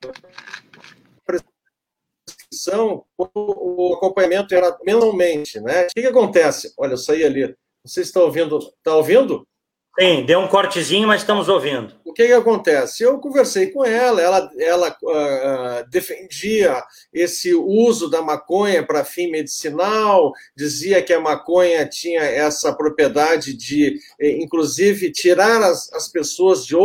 prescrição quando o acompanhamento era mensalmente, né? O que acontece? Olha, eu saí ali. Vocês estão ouvindo? Está ouvindo? Sim, deu um cortezinho, mas estamos ouvindo. O que acontece? Eu conversei com ela defendia esse uso da maconha para fim medicinal, dizia que a maconha tinha essa propriedade de, inclusive, tirar as pessoas de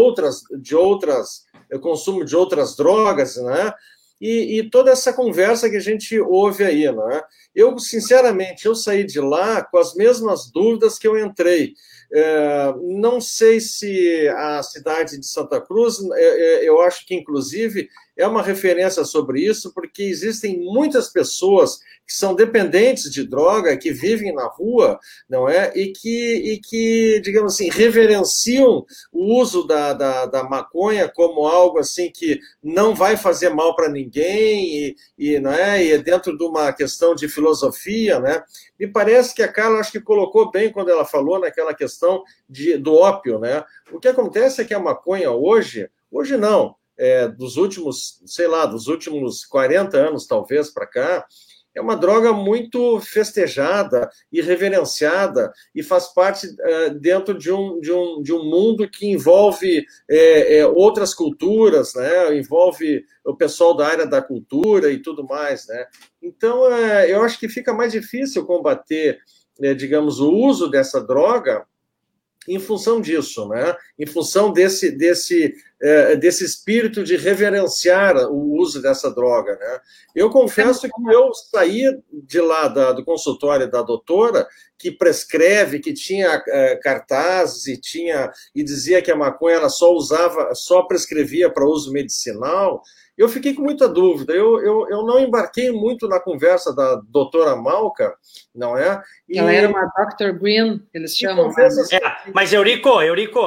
consumo de outras drogas, né? E toda essa conversa que a gente ouve aí, né? Eu, sinceramente, eu saí de lá com as mesmas dúvidas que eu entrei. Não sei se a cidade de Santa Cruz, eu acho que, inclusive, é uma referência sobre isso, porque existem muitas pessoas que são dependentes de droga, que vivem na rua, não é? E que, digamos assim, reverenciam o uso da maconha como algo assim que não vai fazer mal para ninguém, não é? E é dentro de uma questão de filosofia, né? Me parece que a Carla, acho que colocou bem quando ela falou naquela questão do ópio, né? O que acontece é que a maconha hoje não, dos últimos 40 anos, talvez, para cá, é uma droga muito festejada e reverenciada e faz parte dentro de um mundo que envolve outras culturas, né? Envolve o pessoal da área da cultura e tudo mais, né? Então, eu acho que fica mais difícil combater, digamos, o uso dessa droga em função disso, né? Em função desse espírito de reverenciar o uso dessa droga, né? Eu confesso que eu saí de lá do consultório da doutora, que prescreve, que tinha cartazes e dizia que a maconha ela só prescrevia para uso medicinal. Eu fiquei com muita dúvida. Eu não embarquei muito na conversa da doutora Malka, não é? Ela era uma Dr. Green, eles chamam. Mas, Eurico,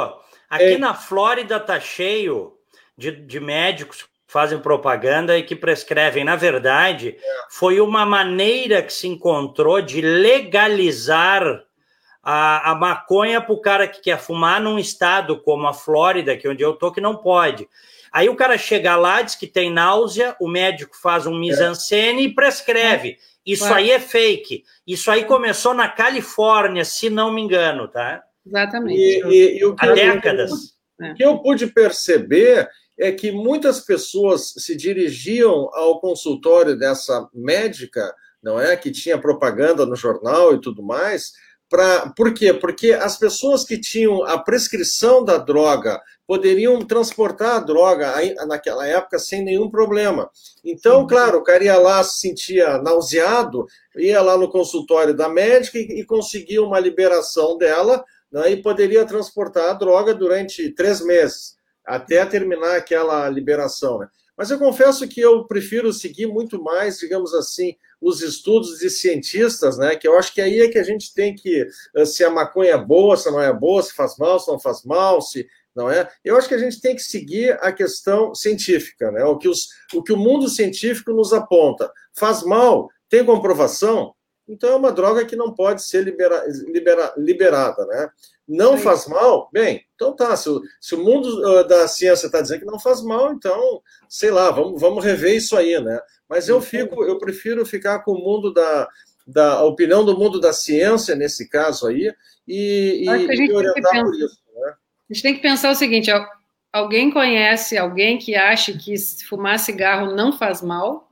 Aqui na Flórida tá cheio de médicos que fazem propaganda e que prescrevem. Na verdade, foi uma maneira que se encontrou de legalizar a maconha para o cara que quer fumar num estado como a Flórida, que é onde eu tô, que não pode. Aí o cara chega lá, diz que tem náusea, o médico faz um mise-en-scène e prescreve. Isso aí é fake. Isso aí começou na Califórnia, se não me engano, tá? Exatamente. Há décadas. O que eu pude perceber é que muitas pessoas se dirigiam ao consultório dessa médica, não é, que tinha propaganda no jornal e tudo mais. Por quê? Porque as pessoas que tinham a prescrição da droga poderiam transportar a droga naquela época sem nenhum problema. Então, claro, o cara ia lá, se sentia nauseado, ia lá no consultório da médica e conseguia uma liberação dela, né, e poderia transportar a droga durante 3 meses, até terminar aquela liberação, né? Mas eu confesso que eu prefiro seguir muito mais, digamos assim, os estudos de cientistas, né? Que eu acho que aí é que a gente tem que, se a maconha é boa, se não é boa, se faz mal, se não faz mal, se não é. Eu acho que a gente tem que seguir a questão científica, né? O que o mundo científico nos aponta. Faz mal, tem comprovação, então é uma droga que não pode ser liberada, né? Não faz mal? Bem, então tá. Se o mundo da ciência está dizendo que não faz mal, então, sei lá, vamos rever isso aí, né? Mas eu prefiro ficar com o mundo da opinião do mundo da ciência, nesse caso aí, e me orientar por isso, né? A gente tem que pensar o seguinte: alguém conhece alguém que acha que fumar cigarro não faz mal?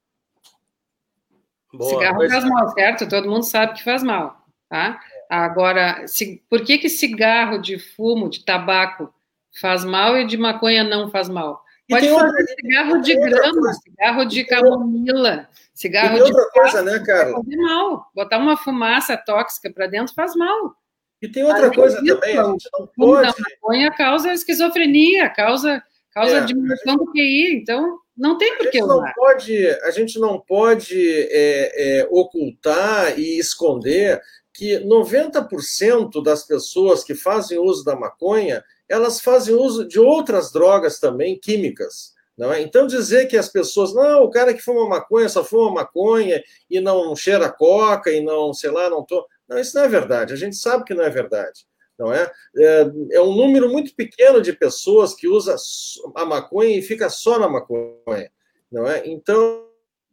Boa, cigarro faz mal, certo? Todo mundo sabe que faz mal, tá? Agora, por que cigarro de fumo, de tabaco, faz mal e de maconha não faz mal? Pode fazer cigarro de grama, cigarro de camomila, cigarro de outra coisa, né, Carla? Faz mal. Botar uma fumaça tóxica para dentro faz mal. E tem outra coisa também, a gente não pode... A maconha causa esquizofrenia, causa diminuição do QI, então não tem por que usar. A gente não pode ocultar e esconder que 90% das pessoas que fazem uso da maconha, elas fazem uso de outras drogas também, químicas. Não é? Então, dizer que as pessoas, não, o cara que fuma maconha só fuma maconha e não cheira coca e não, sei lá, não tô... Não, isso não é verdade. A gente sabe que não é verdade. Não é? É um número muito pequeno de pessoas que usa a maconha e fica só na maconha. Não é? Então,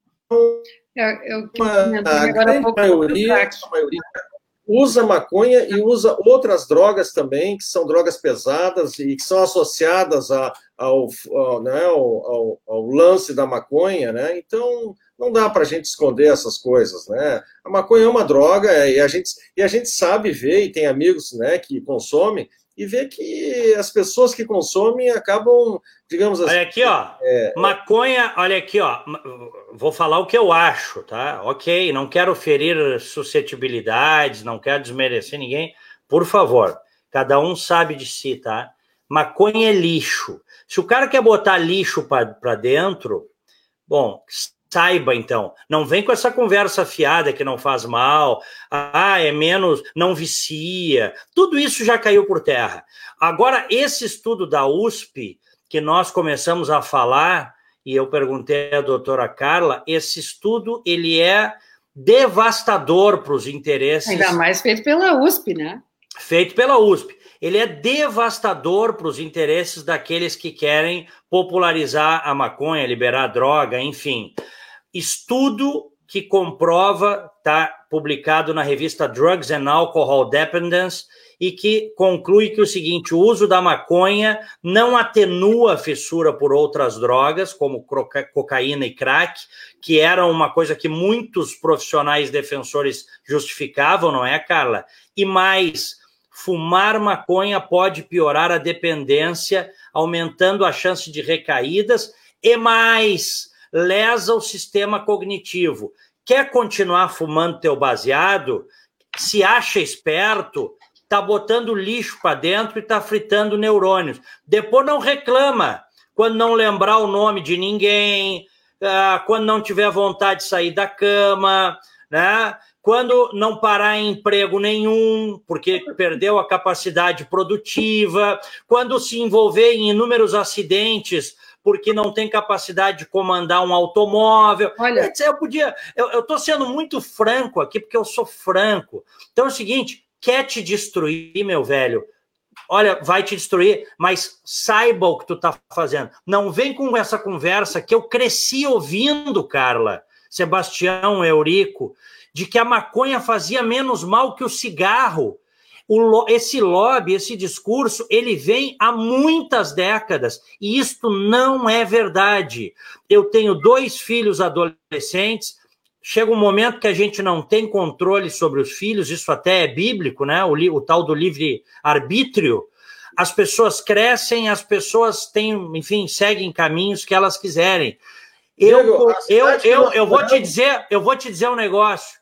a grande maioria usa maconha e usa outras drogas também, que são drogas pesadas e que são associadas ao lance da maconha, né? Então, não dá para a gente esconder essas coisas, né? A maconha é uma droga e a gente sabe ver, e tem amigos, né, que consomem, e vê que as pessoas que consomem acabam, digamos assim... Olha aqui, ó, maconha, olha aqui, ó, vou falar o que eu acho, tá? Ok, não quero ferir suscetibilidades, não quero desmerecer ninguém, por favor, cada um sabe de si, tá? Maconha é lixo. Se o cara quer botar lixo para dentro, bom, saiba então, não vem com essa conversa fiada que não faz mal, é menos, não vicia, tudo isso já caiu por terra. Agora, esse estudo da USP, que nós começamos a falar, e eu perguntei à doutora Carla, esse estudo, ele é devastador para os interesses... Ainda mais feito pela USP, né? Feito pela USP. Ele é devastador para os interesses daqueles que querem popularizar a maconha, liberar a droga, enfim. Estudo que comprova, está publicado na revista Drugs and Alcohol Dependence, e que conclui que o seguinte: o uso da maconha não atenua a fissura por outras drogas, como cocaína e crack, que era uma coisa que muitos profissionais defensores justificavam, não é, Carla? E mais, fumar maconha pode piorar a dependência, aumentando a chance de recaídas, e mais, lesa o sistema cognitivo. Quer continuar fumando teu baseado? Se acha esperto, tá botando lixo para dentro e tá fritando neurônios. Depois não reclama quando não lembrar o nome de ninguém, quando não tiver vontade de sair da cama, né? quando não parar em emprego nenhum, porque perdeu a capacidade produtiva, quando se envolver em inúmeros acidentes, porque não tem capacidade de comandar um automóvel. Olha, eu estou sendo muito franco aqui, porque eu sou franco. Então é o seguinte, quer te destruir, meu velho? Olha, vai te destruir, mas saiba o que tu tá fazendo. Não vem com essa conversa que eu cresci ouvindo, Carla, Sebastião, Eurico, de que a maconha fazia menos mal que o cigarro. Esse lobby, esse discurso, ele vem há muitas décadas, e isto não é verdade. Eu tenho 2 filhos adolescentes, chega um momento que a gente não tem controle sobre os filhos, isso até é bíblico, né? O tal do livre-arbítrio. As pessoas crescem, as pessoas têm, enfim, seguem caminhos que elas quiserem. Eu vou te dizer um negócio.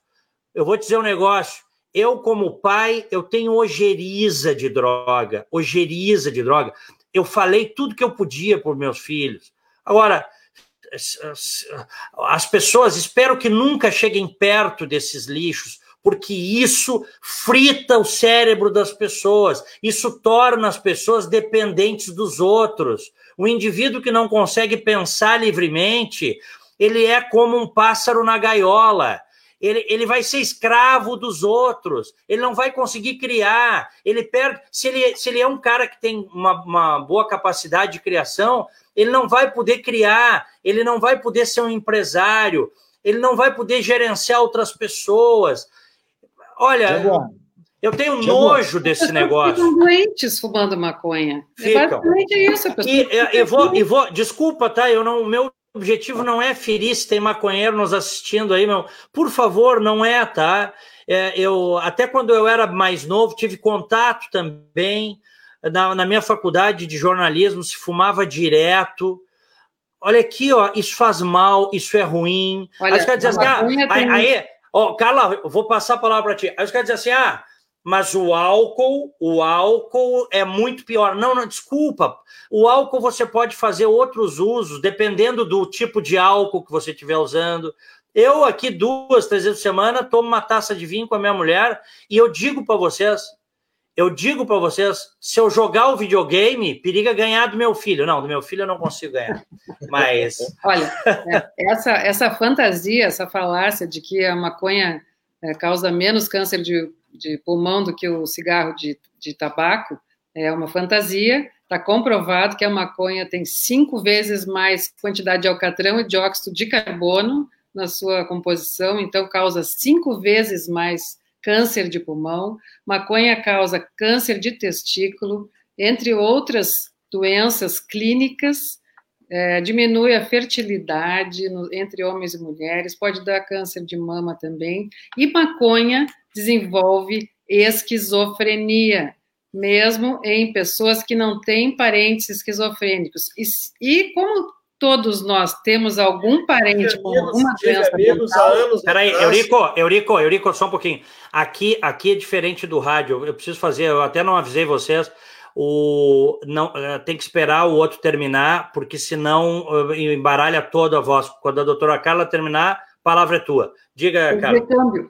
Eu, como pai, eu tenho ojeriza de droga. Eu falei tudo que eu podia por meus filhos. Agora, as pessoas, espero que nunca cheguem perto desses lixos, porque isso frita o cérebro das pessoas, isso torna as pessoas dependentes dos outros. O indivíduo que não consegue pensar livremente, ele é como um pássaro na gaiola. Ele vai ser escravo dos outros, ele não vai conseguir criar, ele perde. Se ele é um cara que tem uma boa capacidade de criação, ele não vai poder criar, ele não vai poder ser um empresário, ele não vai poder gerenciar outras pessoas. Olha, eu tenho nojo desse negócio. Ficam doentes fumando maconha. Ficam. É basicamente isso. Desculpa, tá? Meu objetivo não é ferir se tem maconheiro nos assistindo aí, meu. Por favor, não é, tá? Até quando eu era mais novo, tive contato também. Na minha faculdade de jornalismo, se fumava direto. Olha aqui, ó, isso faz mal, isso é ruim. Olha, aí os caras dizem assim, Carla, eu vou passar a palavra para ti. Aí os caras dizem assim, mas o álcool é muito pior. Não, desculpa. O álcool você pode fazer outros usos, dependendo do tipo de álcool que você estiver usando. Eu aqui 2, 3 vezes por semana tomo uma taça de vinho com a minha mulher e eu digo para vocês, se eu jogar o videogame, periga ganhar do meu filho. Não, do meu filho eu não consigo ganhar. Mas... Olha, essa fantasia, essa falácia de que a maconha causa menos câncer de pulmão do que o cigarro de tabaco, é uma fantasia. Está comprovado que a maconha tem 5 vezes mais quantidade de alcatrão e dióxido de carbono na sua composição, então causa 5 vezes mais câncer de pulmão. Maconha causa câncer de testículo, entre outras doenças clínicas, diminui a fertilidade entre homens e mulheres, pode dar câncer de mama também, e maconha desenvolve esquizofrenia, mesmo em pessoas que não têm parentes esquizofrênicos. E como todos nós temos algum parente com alguma doença mental... Peraí, Eurico, só um pouquinho. Aqui é diferente do rádio, eu preciso fazer, eu até não avisei vocês, tem que esperar o outro terminar, porque senão embaralha toda a voz. Quando a doutora Carla terminar, a palavra é tua. Diga, Carla.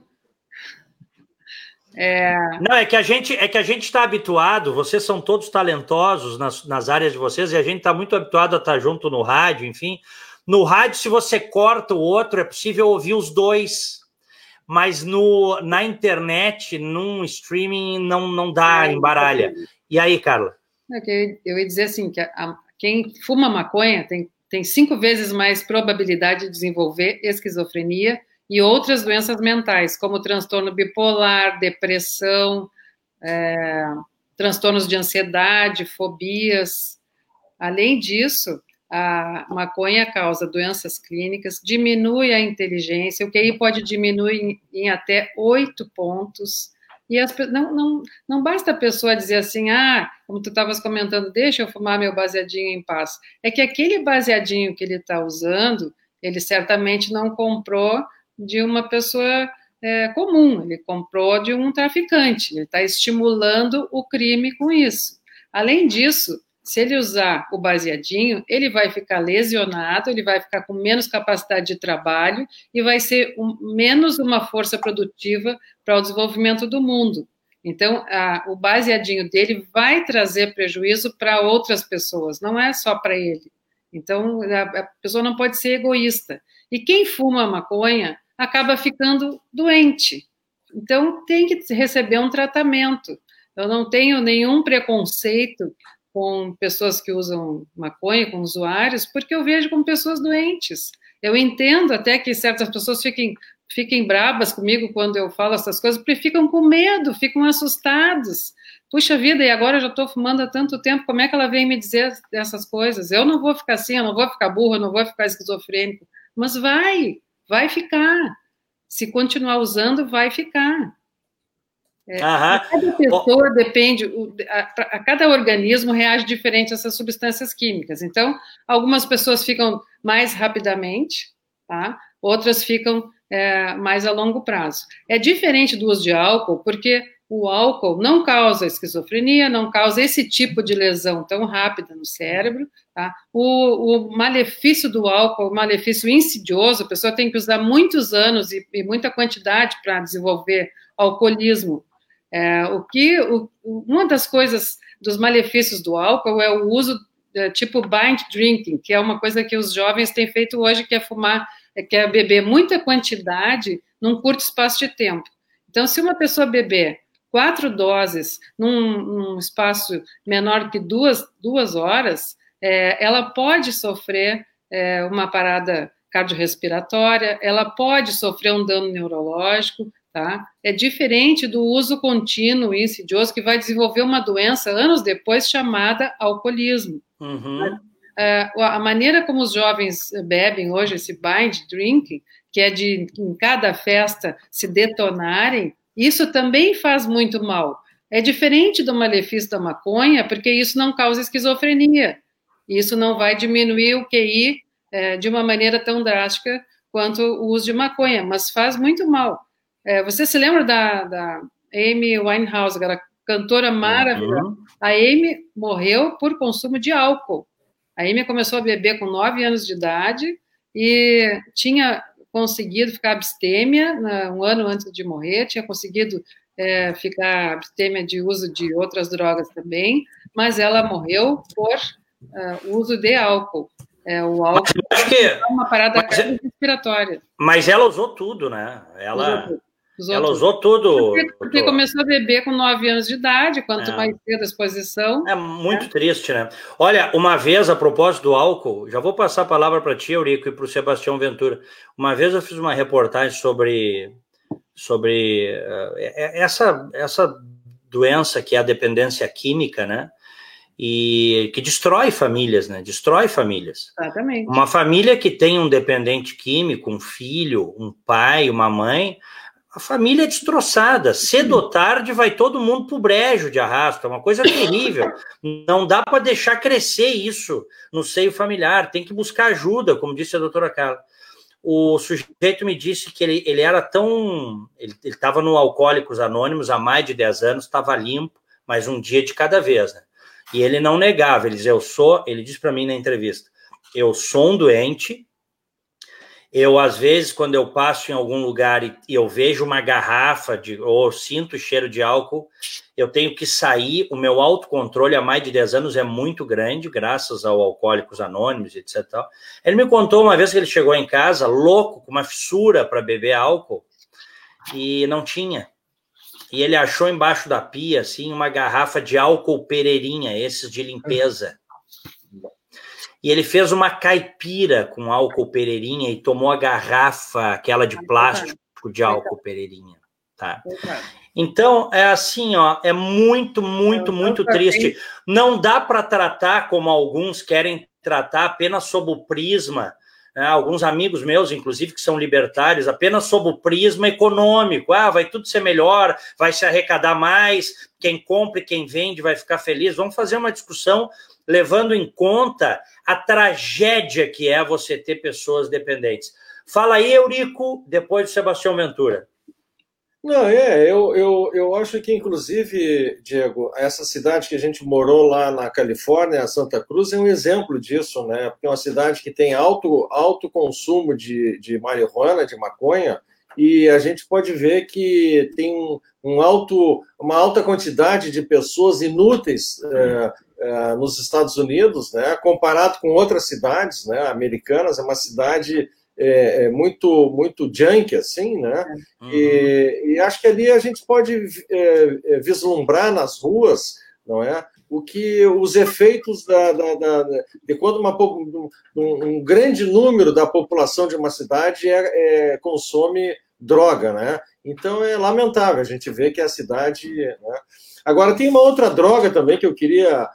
Não, é que a gente está habituado, vocês são todos talentosos nas áreas de vocês, e a gente está muito habituado a estar junto no rádio, enfim. No rádio, se você corta o outro, é possível ouvir os dois, mas na internet, num streaming, não dá, embaralha. E aí, Carla? Eu ia dizer assim, que quem fuma maconha tem 5 vezes mais probabilidade de desenvolver esquizofrenia e outras doenças mentais, como transtorno bipolar, depressão, transtornos de ansiedade, fobias. Além disso, a maconha causa doenças clínicas, diminui a inteligência, o QI pode diminuir em até 8 pontos. E não basta a pessoa dizer assim, como tu estavas comentando, deixa eu fumar meu baseadinho em paz. É que aquele baseadinho que ele está usando, ele certamente não comprou de uma pessoa comum, ele comprou de um traficante, ele está estimulando o crime com isso. Além disso, se ele usar o baseadinho, ele vai ficar lesionado, ele vai ficar com menos capacidade de trabalho e vai ser menos uma força produtiva para o desenvolvimento do mundo. Então, o baseadinho dele vai trazer prejuízo para outras pessoas, não é só para ele. Então, a pessoa não pode ser egoísta. E quem fuma maconha acaba ficando doente. Então, tem que receber um tratamento. Eu não tenho nenhum preconceito com pessoas que usam maconha, com usuários, porque eu vejo como pessoas doentes. Eu entendo até que certas pessoas fiquem bravas comigo quando eu falo essas coisas, porque ficam com medo, ficam assustados. Puxa vida, e agora eu já estou fumando há tanto tempo, como é que ela vem me dizer essas coisas? Eu não vou ficar assim, eu não vou ficar burro, eu não vou ficar esquizofrênico. Mas vai ficar. Se continuar usando, vai ficar. Cada pessoa depende, a cada organismo reage diferente a essas substâncias químicas. Então, algumas pessoas ficam mais rapidamente, tá? Outras ficam mais a longo prazo. É diferente do uso de álcool, porque o álcool não causa esquizofrenia, não causa esse tipo de lesão tão rápida no cérebro, tá? O malefício do álcool, o malefício insidioso, a pessoa tem que usar muitos anos e muita quantidade para desenvolver alcoolismo. Uma das coisas dos malefícios do álcool é o uso tipo bind drinking, que é uma coisa que os jovens têm feito hoje, que é fumar, que é beber muita quantidade num curto espaço de tempo. Então, se uma pessoa beber 4 doses num espaço menor que 2 horas, ela pode sofrer uma parada cardiorrespiratória, ela pode sofrer um dano neurológico, tá? É diferente do uso contínuo e insidioso, que vai desenvolver uma doença anos depois chamada alcoolismo. Uhum. A maneira como os jovens bebem hoje, esse bind drinking, que é de em cada festa se detonarem, isso também faz muito mal. É diferente do malefício da maconha, porque isso não causa esquizofrenia. Isso não vai diminuir o QI de uma maneira tão drástica quanto o uso de maconha, mas faz muito mal. Você se lembra da Amy Winehouse, aquela cantora maravilhosa? Uhum. A Amy morreu por consumo de álcool. A Amy começou a beber com 9 anos de idade e tinha conseguido ficar abstêmia um ano antes de morrer, tinha conseguido ficar abstêmia de uso de outras drogas também, mas ela morreu por uso de álcool. O álcool é uma parada respiratória. Mas ela usou tudo, né? Ela usou tudo. Porque começou a beber com 9 anos de idade, quanto mais cedo a exposição. É muito triste, né? Olha, uma vez, a propósito do álcool, já vou passar a palavra para ti, Eurico, e para o Sebastião Ventura. Uma vez eu fiz uma reportagem sobre essa doença que é a dependência química, né? E que destrói famílias, né? Destrói famílias. Exatamente. Uma família que tem um dependente químico, um filho, um pai, uma mãe, a família é destroçada. Cedo ou tarde vai todo mundo pro brejo de arrasto. É uma coisa terrível. Não dá para deixar crescer isso no seio familiar. Tem que buscar ajuda, como disse a doutora Carla. O sujeito me disse que ele era tão... Ele estava no Alcoólicos Anônimos há mais de 10 anos, estava limpo, mas um dia de cada vez, né? E ele não negava, ele dizia, ele disse para mim na entrevista, eu sou um doente, eu às vezes quando eu passo em algum lugar e eu vejo uma garrafa, ou sinto o cheiro de álcool, eu tenho que sair, o meu autocontrole há mais de 10 anos é muito grande, graças ao Alcoólicos Anônimos, etc. Ele me contou uma vez que ele chegou em casa, louco, com uma fissura para beber álcool, e não tinha. E ele achou embaixo da pia, assim, uma garrafa de álcool Pereirinha, esses de limpeza. E ele fez uma caipira com álcool Pereirinha e tomou a garrafa, aquela de plástico de álcool Pereirinha. Tá? Então, é assim, ó, é muito, muito, muito triste. Não dá para tratar como alguns querem tratar, apenas sob o prisma. Alguns amigos meus, inclusive, que são libertários, apenas sob o prisma econômico. Vai tudo ser melhor, vai se arrecadar mais, quem compra e quem vende vai ficar feliz. Vamos fazer uma discussão levando em conta a tragédia que é você ter pessoas dependentes. Fala aí, Eurico, depois do Sebastião Ventura. Não, eu acho que, inclusive, Diego, essa cidade que a gente morou lá na Califórnia, Santa Cruz, é um exemplo disso, né? Porque é uma cidade que tem alto consumo de marihuana, de maconha, e a gente pode ver que tem uma alta quantidade de pessoas inúteis nos Estados Unidos, né? Comparado com outras cidades, né, americanas, é uma cidade muito junkie, assim, né? Uhum. E acho que ali a gente pode vislumbrar nas ruas, não é? Os efeitos de quando um grande número da população de uma cidade consome droga, né? Então é lamentável a gente ver que a cidade, né? Agora tem uma outra droga também que eu queria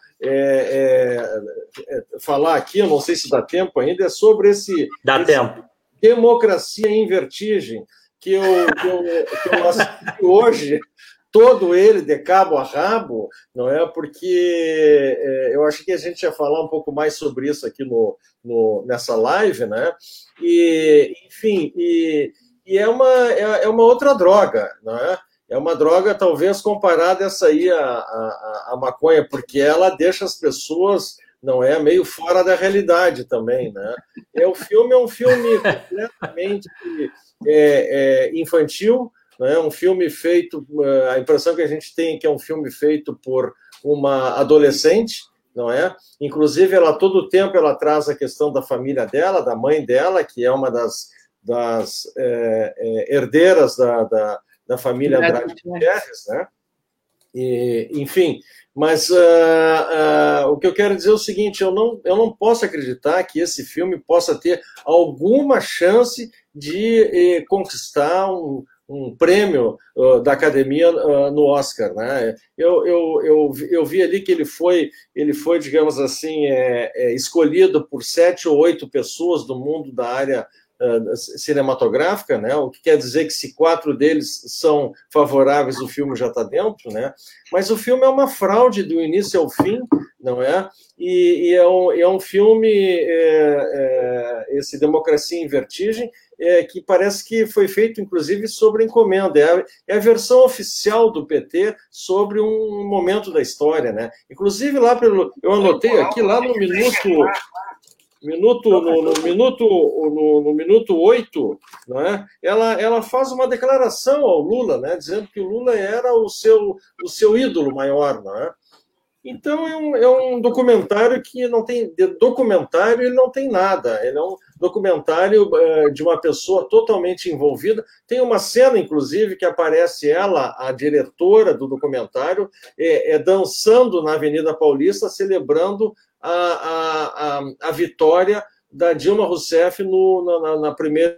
falar aqui, eu não sei se dá tempo ainda, é sobre Dá tempo. Democracia em Vertigem, que eu assisti hoje, todo ele de cabo a rabo, não é? Porque eu achei que a gente ia falar um pouco mais sobre isso aqui nessa live, né? E, enfim, é uma outra droga, não é? É uma droga talvez comparada a essa aí, a maconha, porque ela deixa as pessoas, não é, meio fora da realidade também, né? O filme é um filme completamente infantil, né? Um filme feito, a impressão que a gente tem é que é um filme feito por uma adolescente, não é? Inclusive, ela todo o tempo ela traz a questão da família dela, da mãe dela, que é uma das herdeiras da família Andrade Gutierrez, né? E, enfim, mas o que eu quero dizer é o seguinte, eu não posso acreditar que esse filme possa ter alguma chance de conquistar um prêmio da Academia no Oscar, né? Eu vi ali que ele foi, digamos assim, escolhido por 7 ou 8 pessoas do mundo da área cinematográfica, né? O que quer dizer que se 4 deles são favoráveis, o filme já está dentro, né? Mas o filme é uma fraude do início ao fim, não é? E é um filme, esse Democracia em Vertigem, que parece que foi feito, inclusive, sobre encomenda. É a versão oficial do PT sobre um momento da história, né? Inclusive, eu anotei aqui, lá no minuto 8, né, ela faz uma declaração ao Lula, né, dizendo que o Lula era o seu ídolo maior, né? Então é um documentário que não tem documentário, ele não tem nada, ele é um documentário de uma pessoa totalmente envolvida. Tem uma cena, inclusive, que aparece ela, a diretora do documentário, dançando na Avenida Paulista, celebrando a vitória da Dilma Rousseff na primeira.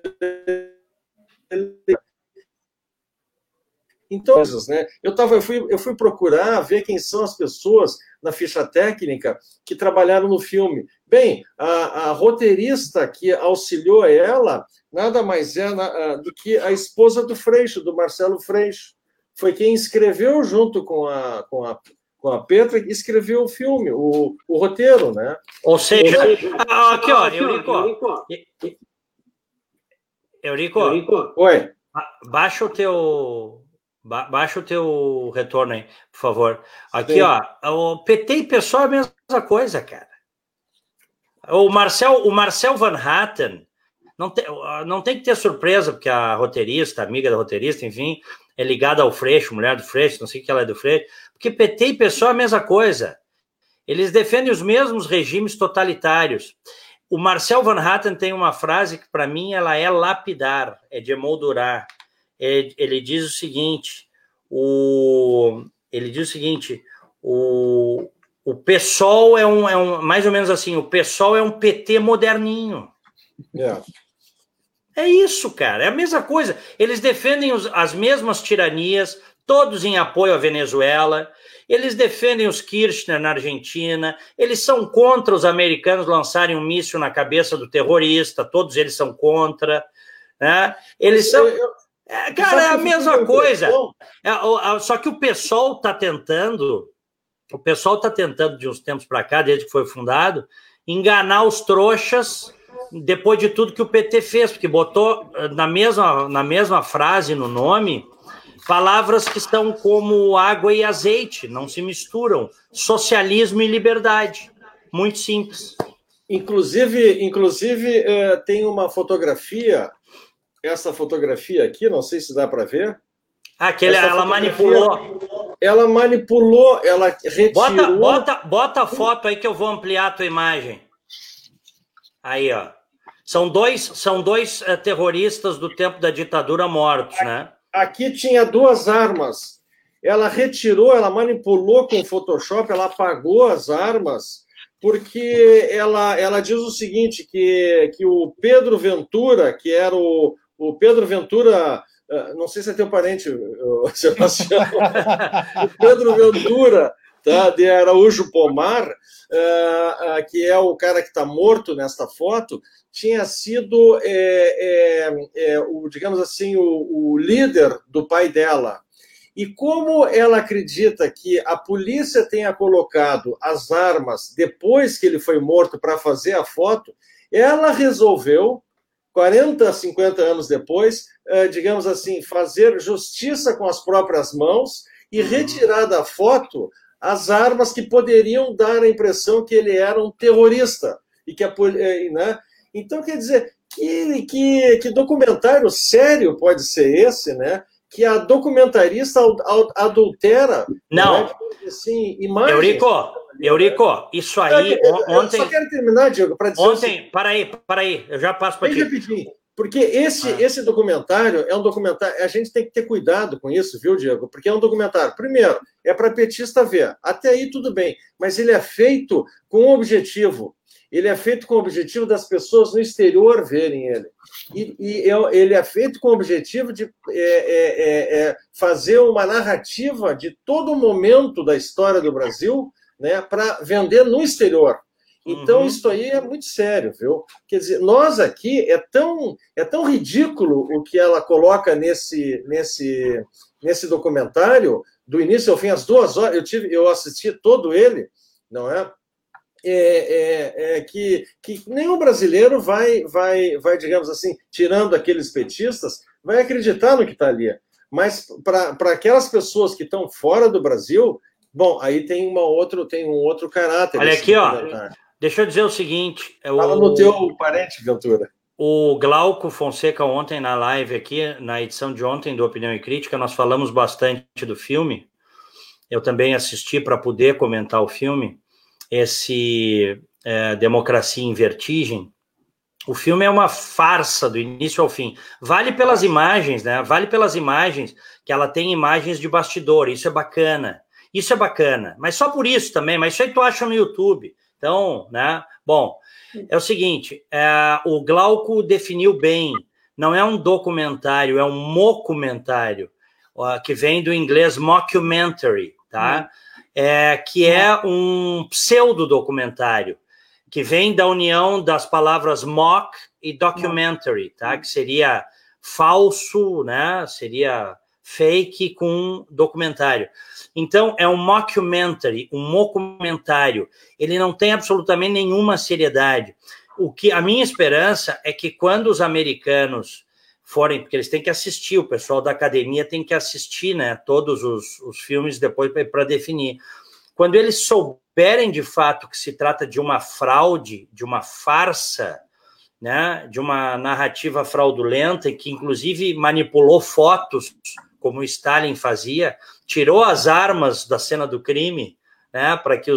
Então, né? Eu fui procurar ver quem são as pessoas na ficha técnica que trabalharam no filme. Bem, a roteirista que auxiliou ela nada mais é do que a esposa do Freixo, do Marcelo Freixo. Foi quem escreveu junto com a Petra, escreveu o filme, o roteiro, né? Ou seja, aqui, ó, Eurico. Oi. Baixa o teu retorno aí, por favor. Aqui, sim. Ó, o PT e PSOL é a mesma coisa, cara. O Marcel Van Hatten não tem que ter surpresa, porque a roteirista, amiga da roteirista, enfim, é ligada ao Freixo, mulher do Freixo, não sei o que ela é do Freixo, porque PT e PSOL é a mesma coisa. Eles defendem os mesmos regimes totalitários. O Marcel Van Hatten tem uma frase que, para mim, ela é lapidar, é de emoldurar. Ele diz o seguinte, o PSOL é mais ou menos assim, o PSOL é um PT moderninho. Yeah. É isso, cara, é a mesma coisa. Eles defendem as mesmas tiranias, todos em apoio à Venezuela, eles defendem os Kirchner na Argentina, eles são contra os americanos lançarem um míssil na cabeça do terrorista, todos eles são contra, né? Eles são... Cara, é a mesma coisa. Só que o PSOL está tentando, de uns tempos para cá, desde que foi fundado, enganar os trouxas depois de tudo que o PT fez, porque botou na mesma frase, no nome, Palavras que estão como água e azeite, não se misturam. Socialismo e liberdade. Muito simples. Inclusive tem uma fotografia, essa fotografia aqui, não sei se dá para ver. Ela manipulou. Ela manipulou, ela retirou... Bota a foto aí que eu vou ampliar a tua imagem. Aí, ó. São dois terroristas do tempo da ditadura mortos, né? Aqui tinha 2 armas. Ela retirou, ela manipulou com o Photoshop, ela apagou as armas, porque ela diz o seguinte, que o Pedro Ventura, que era o Pedro Ventura, não sei se é teu parente, Sebastião, o Pedro Ventura, tá, de Araújo Pomar, que é o cara que está morto nesta foto, tinha sido, digamos assim, o líder do pai dela. E como ela acredita que a polícia tenha colocado as armas depois que ele foi morto para fazer a foto, ela resolveu, 40, 50 anos depois, digamos assim, fazer justiça com as próprias mãos e retirar da foto as armas que poderiam dar a impressão que ele era um terrorista. E que né? Então, quer dizer, que documentário sério pode ser esse, né? Que a documentarista adultera... Não. Né? Assim, imagens... Eurico, isso aí... Ontem... Eu só quero terminar, Diego, para dizer... Ontem, para aí, eu já passo para ti. Rapidinho. Porque esse documentário é um documentário... A gente tem que ter cuidado com isso, viu, Diego? Porque é um documentário. Primeiro, é para petista ver. Até aí tudo bem. Mas ele é feito com um objetivo. Ele é feito com o objetivo das pessoas no exterior verem ele. E ele é feito com o objetivo de fazer uma narrativa de todo o momento da história do Brasil, né, para vender no exterior. Então, isso aí é muito sério, viu? Quer dizer, nós aqui, é tão ridículo o que ela coloca nesse documentário, do início ao fim, às 2 horas, eu assisti todo ele, não é? Que nenhum brasileiro vai, digamos assim, tirando aqueles petistas, vai acreditar no que está ali. Mas para aquelas pessoas que estão fora do Brasil, bom, aí tem um outro caráter. Olha aqui, ó. Deixa eu dizer o seguinte. Fala no teu parente, Ventura. O Glauco Fonseca, ontem na live aqui, na edição de ontem do Opinião e Crítica, nós falamos bastante do filme. Eu também assisti para poder comentar o filme. Esse Democracia em Vertigem. O filme é uma farsa do início ao fim. Vale pelas imagens, né? Vale pelas imagens, que ela tem imagens de bastidor. Isso é bacana. Isso é bacana. Mas só por isso também. Mas isso aí tu acha no YouTube. Então, né? Bom, é o seguinte. O Glauco definiu bem. Não é um documentário, é um mockumentário. Que vem do inglês mockumentary, tá? Que é um pseudo-documentário, que vem da união das palavras mock e documentary, tá? Que seria falso, né? Seria fake com documentário. Então, é um mockumentary, um mockumentário. Ele não tem absolutamente nenhuma seriedade. A minha esperança é que quando os americanos forem, porque eles têm que assistir, o pessoal da academia tem que assistir, né, todos os filmes depois para definir. Quando eles souberem de fato que se trata de uma fraude, de uma farsa, né, de uma narrativa fraudulenta e que inclusive manipulou fotos, como o Stalin fazia, tirou as armas da cena do crime, né, para que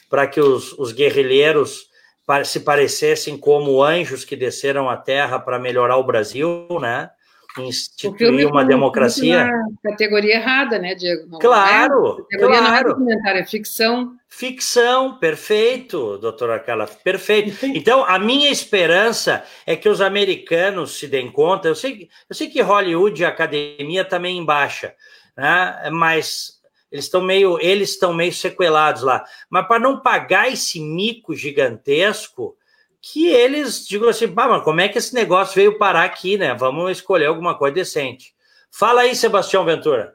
os guerrilheiros se parecessem como anjos que desceram à Terra para melhorar o Brasil, né? Instituir uma democracia. Na categoria errada, né, Diego? Não claro, categoria não é documentário, é ficção. Ficção, perfeito, doutora Carla, perfeito. Então, a minha esperança é que os americanos se deem conta. Eu sei que Hollywood e a academia também em baixa, né? Mas eles estão meio sequelados lá. Mas para não pagar esse mico gigantesco, que eles digam assim, mas como é que esse negócio veio parar aqui, né? Vamos escolher alguma coisa decente. Fala aí, Sebastião Ventura.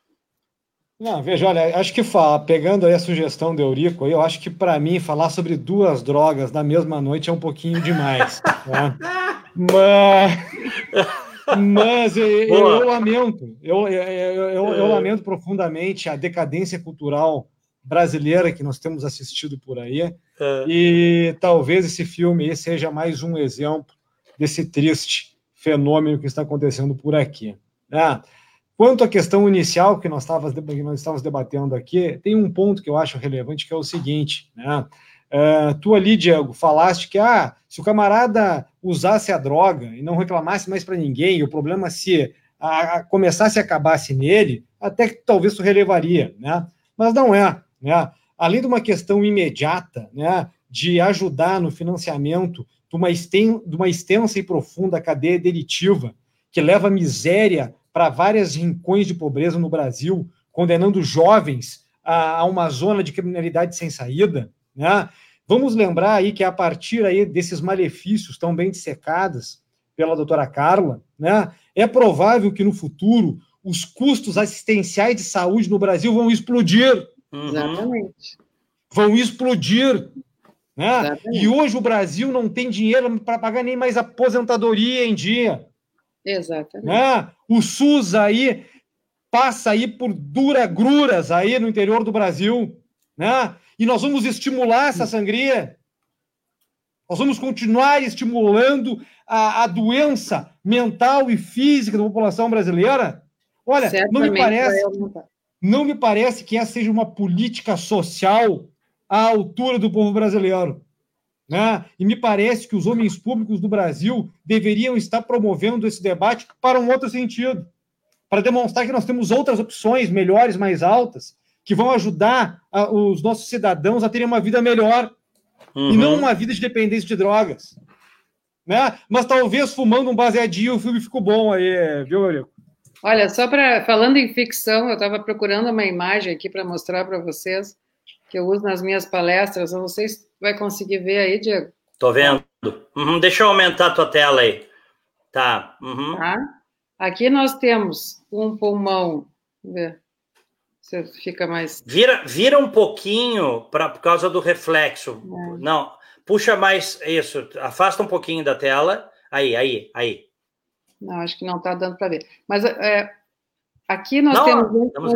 Não, veja, olha, acho que pegando aí a sugestão do Eurico, eu acho que para mim falar sobre 2 drogas na mesma noite é um pouquinho demais. Né? Mas eu lamento, eu lamento profundamente a decadência cultural brasileira que nós temos assistido por aí, e talvez esse filme seja mais um exemplo desse triste fenômeno que está acontecendo por aqui. Quanto à questão inicial que nós estávamos debatendo aqui, tem um ponto que eu acho relevante, que é o seguinte, né? Tu ali, Diego, falaste que se o camarada usasse a droga e não reclamasse mais para ninguém, e o problema se começasse a acabasse nele, até que talvez tu relevaria, né? Mas não é, né? Além de uma questão imediata, né, de ajudar no financiamento de uma extensa e profunda cadeia delitiva que leva miséria para vários rincões de pobreza no Brasil, condenando jovens a uma zona de criminalidade sem saída, né? Vamos lembrar aí que a partir aí desses malefícios tão bem dissecados pela doutora Carla, né, é provável que no futuro os custos assistenciais de saúde no Brasil vão explodir. Exatamente. Vão explodir. Né? E hoje o Brasil não tem dinheiro para pagar nem mais aposentadoria em dia. Exatamente. Né? O SUS aí passa aí por dura-gruras aí no interior do Brasil. Né? E nós vamos estimular essa sangria. Nós vamos continuar estimulando a doença mental e física da população brasileira. Olha, não me parece que essa seja uma política social à altura do povo brasileiro. Né? E me parece que os homens públicos do Brasil deveriam estar promovendo esse debate para um outro sentido, para demonstrar que nós temos outras opções melhores, mais altas, que vão ajudar os nossos cidadãos a terem uma vida melhor, e não uma vida de dependência de drogas. Né? Mas talvez fumando um baseadinho o filme ficou bom aí, viu, Eurico? Olha, falando em ficção, eu estava procurando uma imagem aqui para mostrar para vocês, que eu uso nas minhas palestras. Eu não sei se vai conseguir ver aí, Diego. Tô vendo. Deixa eu aumentar a tua tela aí. Tá. Tá. Aqui nós temos um pulmão. Vamos ver. Você fica mais... Vira um pouquinho por causa do reflexo. Não, puxa mais isso. Afasta um pouquinho da tela. Aí. Não, acho que não está dando para ver. Mas aqui nós temos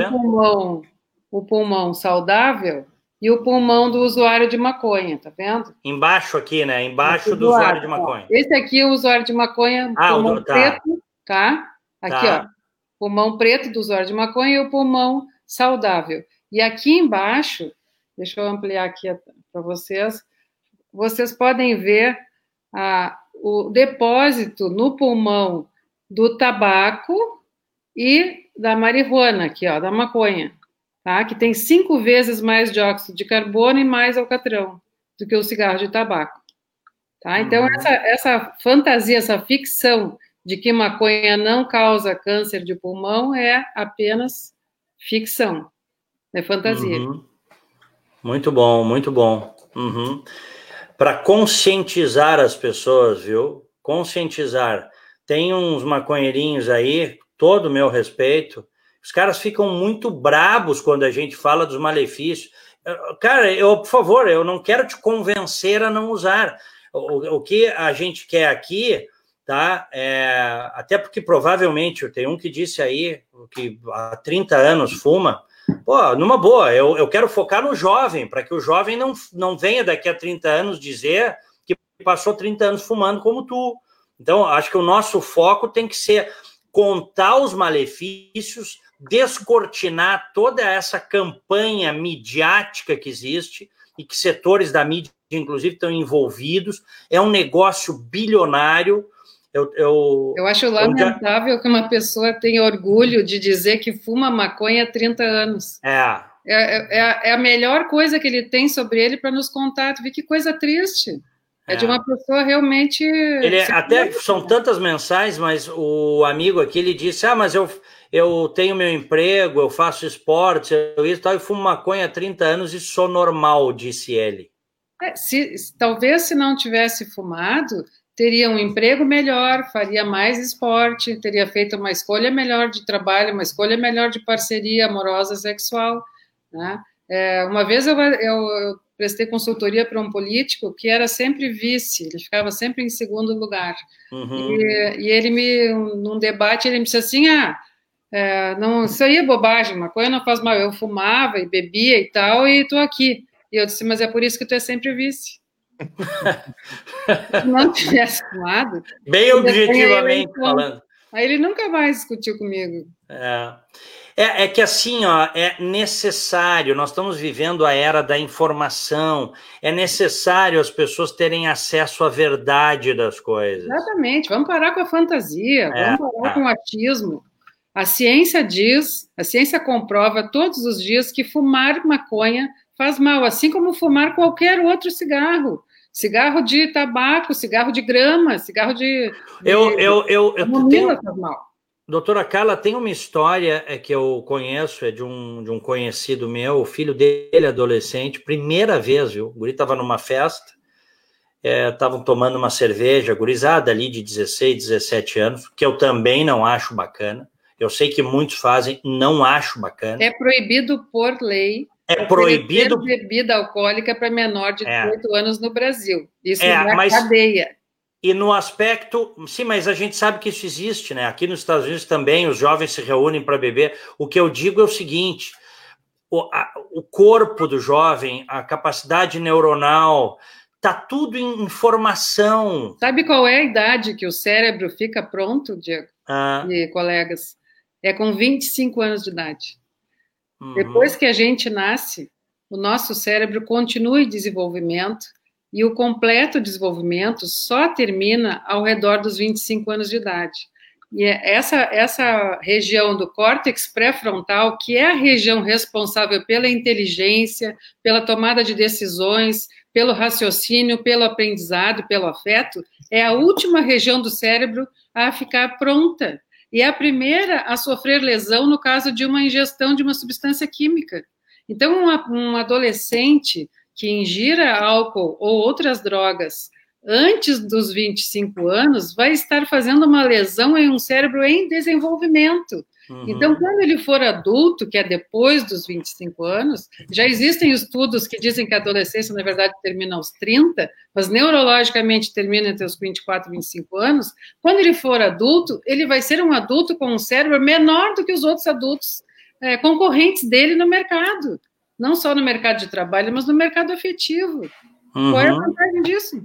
o pulmão saudável e o pulmão do usuário de maconha, tá vendo? Embaixo aqui, né? Embaixo do usuário de maconha. Esse aqui é o usuário de maconha, pulmão preto, tá? Aqui, ó, pulmão preto do usuário de maconha e o pulmão saudável. E aqui embaixo, deixa eu ampliar aqui para vocês, vocês podem ver o depósito no pulmão do tabaco e da marihuana, aqui, ó, da maconha, tá? Que tem 5 vezes mais dióxido de carbono e mais alcatrão do que o cigarro de tabaco, tá? Então, essa fantasia, essa ficção de que maconha não causa câncer de pulmão é apenas ficção, é fantasia. Muito bom, muito bom. Para conscientizar as pessoas, viu? Conscientizar. Tem uns maconheirinhos aí, todo o meu respeito, os caras ficam muito brabos quando a gente fala dos malefícios. Cara, por favor, eu não quero te convencer a não usar. O que a gente quer aqui, tá? Até porque provavelmente, tem um que disse aí que há 30 anos fuma. Pô, numa boa, eu quero focar no jovem, para que o jovem não venha daqui a 30 anos dizer que passou 30 anos fumando como tu. Então, acho que o nosso foco tem que ser contar os malefícios, descortinar toda essa campanha midiática que existe e que setores da mídia, inclusive, estão envolvidos. É um negócio bilionário. Eu acho lamentável que uma pessoa tenha orgulho de dizer que fuma maconha há 30 anos. É a melhor coisa que ele tem sobre ele para nos contar. Tu vê que coisa triste. É de uma pessoa realmente... Até são tantas mensagens, mas o amigo aqui, ele disse, mas eu tenho meu emprego, eu faço esporte, eu fumo maconha há 30 anos e sou normal, disse ele. Talvez se não tivesse fumado, teria um emprego melhor, faria mais esporte, teria feito uma escolha melhor de trabalho, uma escolha melhor de parceria amorosa sexual, né? Uma vez eu prestei consultoria para um político que era sempre vice, ele ficava sempre em segundo lugar. E ele num debate, ele me disse assim, não, isso aí é bobagem, maconha não faz mal. Eu fumava e bebia e tal, e estou aqui. E eu disse, mas é por isso que tu é sempre vice. Se não tivesse fumado... Bem objetivamente falando. Aí ele nunca mais discutiu comigo. É que assim, ó, é necessário, nós estamos vivendo a era da informação, é necessário as pessoas terem acesso à verdade das coisas. Exatamente, vamos parar com a fantasia, vamos parar com o achismo. A ciência diz, a ciência comprova todos os dias que fumar maconha faz mal, assim como fumar qualquer outro cigarro. Cigarro de tabaco, cigarro de grama, cigarro de camomila faz mal. Doutora Carla, tem uma história que eu conheço, é de um conhecido meu, o filho dele, adolescente, primeira vez, viu? O guri estava numa festa, estavam tomando uma cerveja, gurizada ali de 16, 17 anos, que eu também não acho bacana. Eu sei que muitos fazem, não acho bacana. É proibido por lei. É proibido bebida alcoólica para menor de 18 anos no Brasil. Isso é cadeia. E no aspecto... Sim, mas a gente sabe que isso existe, né? Aqui nos Estados Unidos também os jovens se reúnem para beber. O que eu digo é o seguinte, o corpo do jovem, a capacidade neuronal, tá tudo em formação. Sabe qual é a idade que o cérebro fica pronto, Diego e colegas? É com 25 anos de idade. Depois que a gente nasce, o nosso cérebro continua em desenvolvimento e o completo desenvolvimento só termina ao redor dos 25 anos de idade. E essa região do córtex pré-frontal, que é a região responsável pela inteligência, pela tomada de decisões, pelo raciocínio, pelo aprendizado, pelo afeto, é a última região do cérebro a ficar pronta. E é a primeira a sofrer lesão no caso de uma ingestão de uma substância química. Então, um adolescente que ingira álcool ou outras drogas antes dos 25 anos vai estar fazendo uma lesão em um cérebro em desenvolvimento. Então, quando ele for adulto, que é depois dos 25 anos, já existem estudos que dizem que a adolescência, na verdade, termina aos 30, mas neurologicamente termina entre os 24 e 25 anos. Quando ele for adulto, ele vai ser um adulto com um cérebro menor do que os outros adultos concorrentes dele no mercado. Não só no mercado de trabalho, mas no mercado afetivo. Qual é a vantagem disso?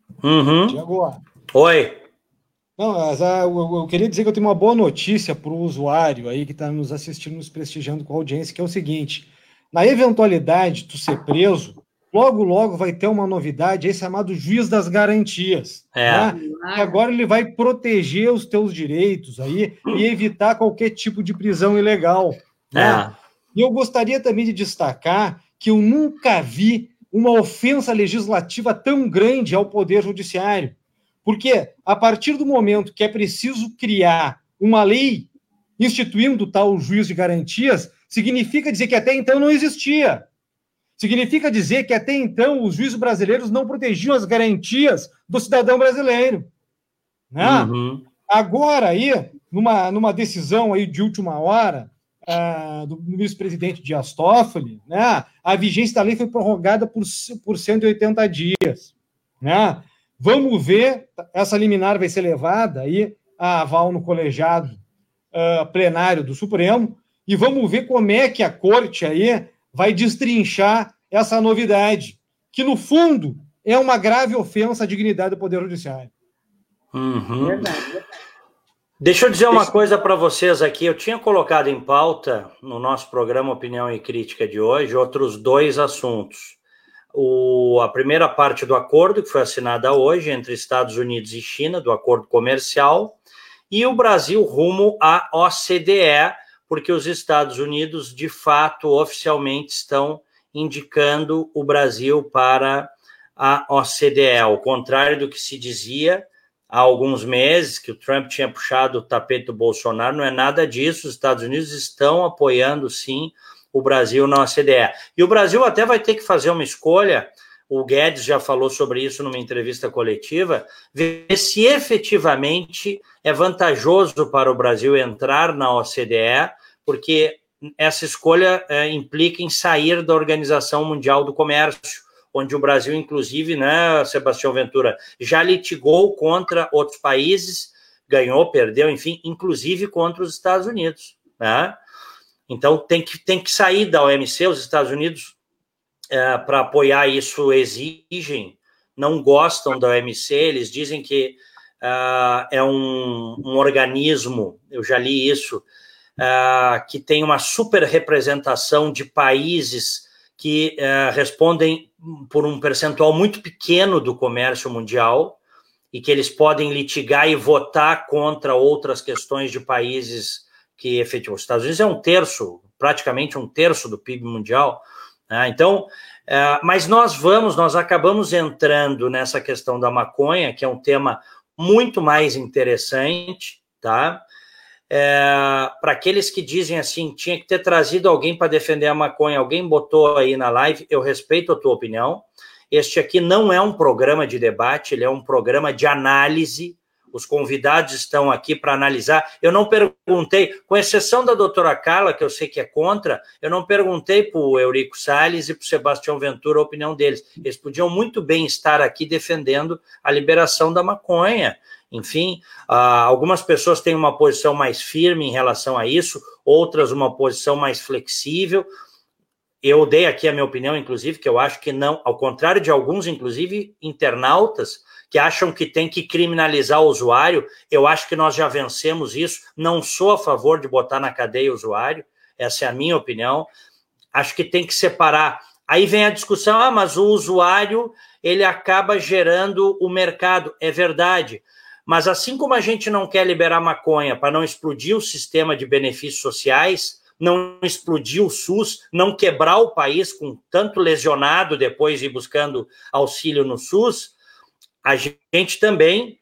Tiago. Oi. Não, mas eu queria dizer que eu tenho uma boa notícia para o usuário aí que está nos assistindo, nos prestigiando com a audiência, que é o seguinte: na eventualidade de tu ser preso, logo vai ter uma novidade aí chamado juiz das garantias. Né? E agora ele vai proteger os teus direitos aí e evitar qualquer tipo de prisão ilegal. Né? E eu gostaria também de destacar que eu nunca vi uma ofensa legislativa tão grande ao Poder Judiciário. Porque, a partir do momento que é preciso criar uma lei instituindo tal juiz de garantias, significa dizer que até então não existia. Significa dizer que até então os juízes brasileiros não protegiam as garantias do cidadão brasileiro. Né? Agora, aí, numa decisão aí de última hora do vice-presidente Dias Toffoli, né, a vigência da lei foi prorrogada por 180 dias. Né? Vamos ver, essa liminar vai ser levada aí a aval no colegiado plenário do Supremo, e vamos ver como é que a corte aí vai destrinchar essa novidade, que no fundo é uma grave ofensa à dignidade do Poder Judiciário. Verdade. Deixa eu dizer uma coisa para vocês aqui. Eu tinha colocado em pauta no nosso programa Opinião e Crítica de hoje outros dois assuntos. A primeira parte do acordo, que foi assinada hoje entre Estados Unidos e China, do acordo comercial, e o Brasil rumo à OCDE, porque os Estados Unidos, de fato, oficialmente estão indicando o Brasil para a OCDE, ao contrário do que se dizia há alguns meses, que o Trump tinha puxado o tapete do Bolsonaro. Não é nada disso, os Estados Unidos estão apoiando, sim, o Brasil na OCDE. E o Brasil até vai ter que fazer uma escolha, o Guedes já falou sobre isso numa entrevista coletiva, ver se efetivamente é vantajoso para o Brasil entrar na OCDE, porque essa escolha implica em sair da Organização Mundial do Comércio, onde o Brasil, inclusive, né, Sebastião Ventura, já litigou contra outros países, ganhou, perdeu, enfim, inclusive contra os Estados Unidos, né? Então, tem que sair da OMC, os Estados Unidos, para apoiar isso, exigem, não gostam da OMC, eles dizem que é um organismo, eu já li isso, que tem uma super representação de países que respondem por um percentual muito pequeno do comércio mundial e que eles podem litigar e votar contra outras questões de países que, efetivamente, os Estados Unidos é um terço, praticamente um terço do PIB mundial, né? Então, mas nós acabamos entrando nessa questão da maconha, que é um tema muito mais interessante, tá? Para aqueles que dizem assim, tinha que ter trazido alguém para defender a maconha, alguém botou aí na live, eu respeito a tua opinião, este aqui não é um programa de debate, ele é um programa de análise, os convidados estão aqui para analisar, eu não perguntei, com exceção da doutora Carla, que eu sei que é contra, eu não perguntei para o Eurico Salles e para o Sebastião Ventura a opinião deles, eles podiam muito bem estar aqui defendendo a liberação da maconha. Enfim, algumas pessoas têm uma posição mais firme em relação a isso, outras uma posição mais flexível. Eu dei aqui a minha opinião, inclusive, que eu acho que não, ao contrário de alguns, inclusive, internautas, que acham que tem que criminalizar o usuário, eu acho que nós já vencemos isso, não sou a favor de botar na cadeia o usuário, essa é a minha opinião, acho que tem que separar. Aí vem a discussão, mas o usuário, ele acaba gerando o mercado, é verdade. Mas assim como a gente não quer liberar maconha para não explodir o sistema de benefícios sociais, não explodir o SUS, não quebrar o país com tanto lesionado depois de ir buscando auxílio no SUS, a gente também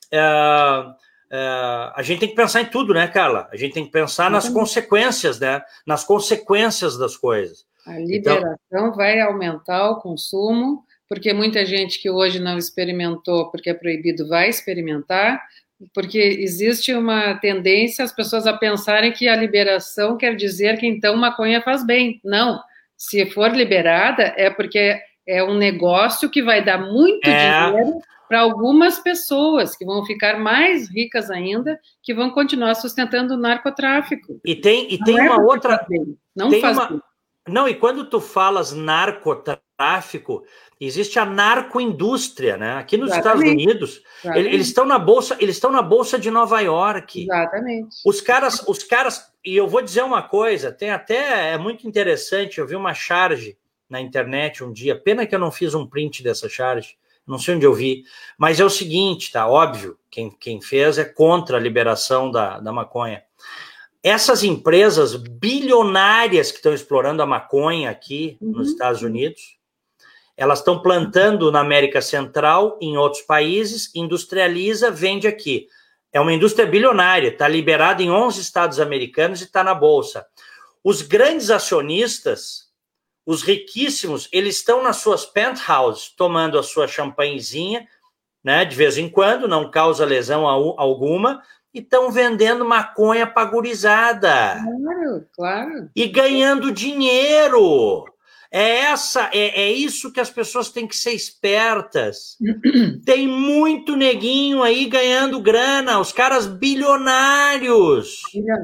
a gente tem que pensar em tudo, né, Carla? A gente tem que pensar nas consequências, né? Nas consequências das coisas. A liberação vai aumentar o consumo, porque muita gente que hoje não experimentou porque é proibido vai experimentar, porque existe uma tendência as pessoas a pensarem que a liberação quer dizer que então maconha faz bem. Não, se for liberada é porque é um negócio que vai dar muito dinheiro para algumas pessoas que vão ficar mais ricas ainda, que vão continuar sustentando o narcotráfico. E tem uma outra... Não faz bem. Não, e quando tu falas narcotráfico, existe a narcoindústria, né? Aqui nos Estados Unidos, eles estão na bolsa de Nova York. Exatamente. Os caras, e eu vou dizer uma coisa, é muito interessante, eu vi uma charge na internet um dia, pena que eu não fiz um print dessa charge, não sei onde eu vi, mas é o seguinte, tá? Óbvio, quem fez é contra a liberação da maconha. Essas empresas bilionárias que estão explorando a maconha aqui nos Estados Unidos, elas estão plantando na América Central, em outros países, industrializa, vende aqui. É uma indústria bilionária, está liberada em 11 estados americanos e está na Bolsa. Os grandes acionistas, os riquíssimos, eles estão nas suas penthouses, tomando a sua champanhezinha, né, de vez em quando, não causa lesão alguma, e estão vendendo maconha pra gurizada. Claro. E ganhando dinheiro. É isso que as pessoas têm que ser espertas. Tem muito neguinho aí ganhando grana, os caras bilionários.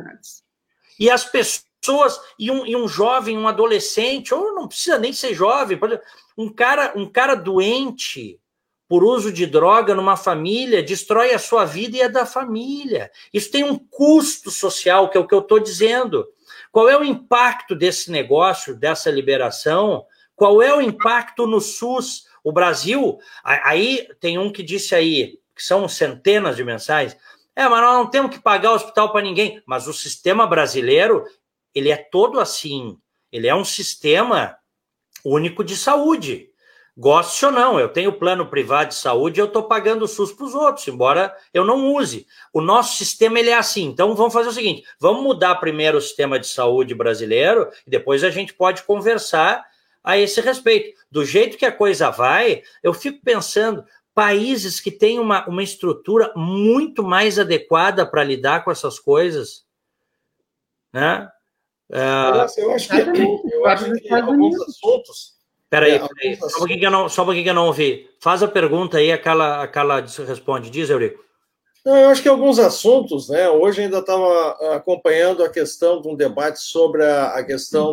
E as pessoas, e um jovem, um adolescente, ou não precisa nem ser jovem, um cara doente por uso de droga numa família, destrói a sua vida e a da família. Isso tem um custo social, que é o que eu estou dizendo. Qual é o impacto desse negócio, dessa liberação? Qual é o impacto no SUS? O Brasil, aí tem um que disse aí, que são centenas de mensagens, mas nós não temos que pagar hospital para ninguém. Mas o sistema brasileiro, ele é todo assim. Ele é um sistema único de saúde. Goste ou não, eu tenho plano privado de saúde e eu estou pagando o SUS para os outros, embora eu não use. O nosso sistema ele é assim, então vamos fazer o seguinte, vamos mudar primeiro o sistema de saúde brasileiro e depois a gente pode conversar a esse respeito. Do jeito que a coisa vai, eu fico pensando, países que têm uma estrutura muito mais adequada para lidar com essas coisas, né? Eu acho que alguns assuntos Peraí, só um pouquinho que eu não ouvi. Faz a pergunta aí, a Carla responde. Diz, Eurico. Não, eu acho que alguns assuntos, né? Hoje ainda estava acompanhando a questão de um debate sobre a questão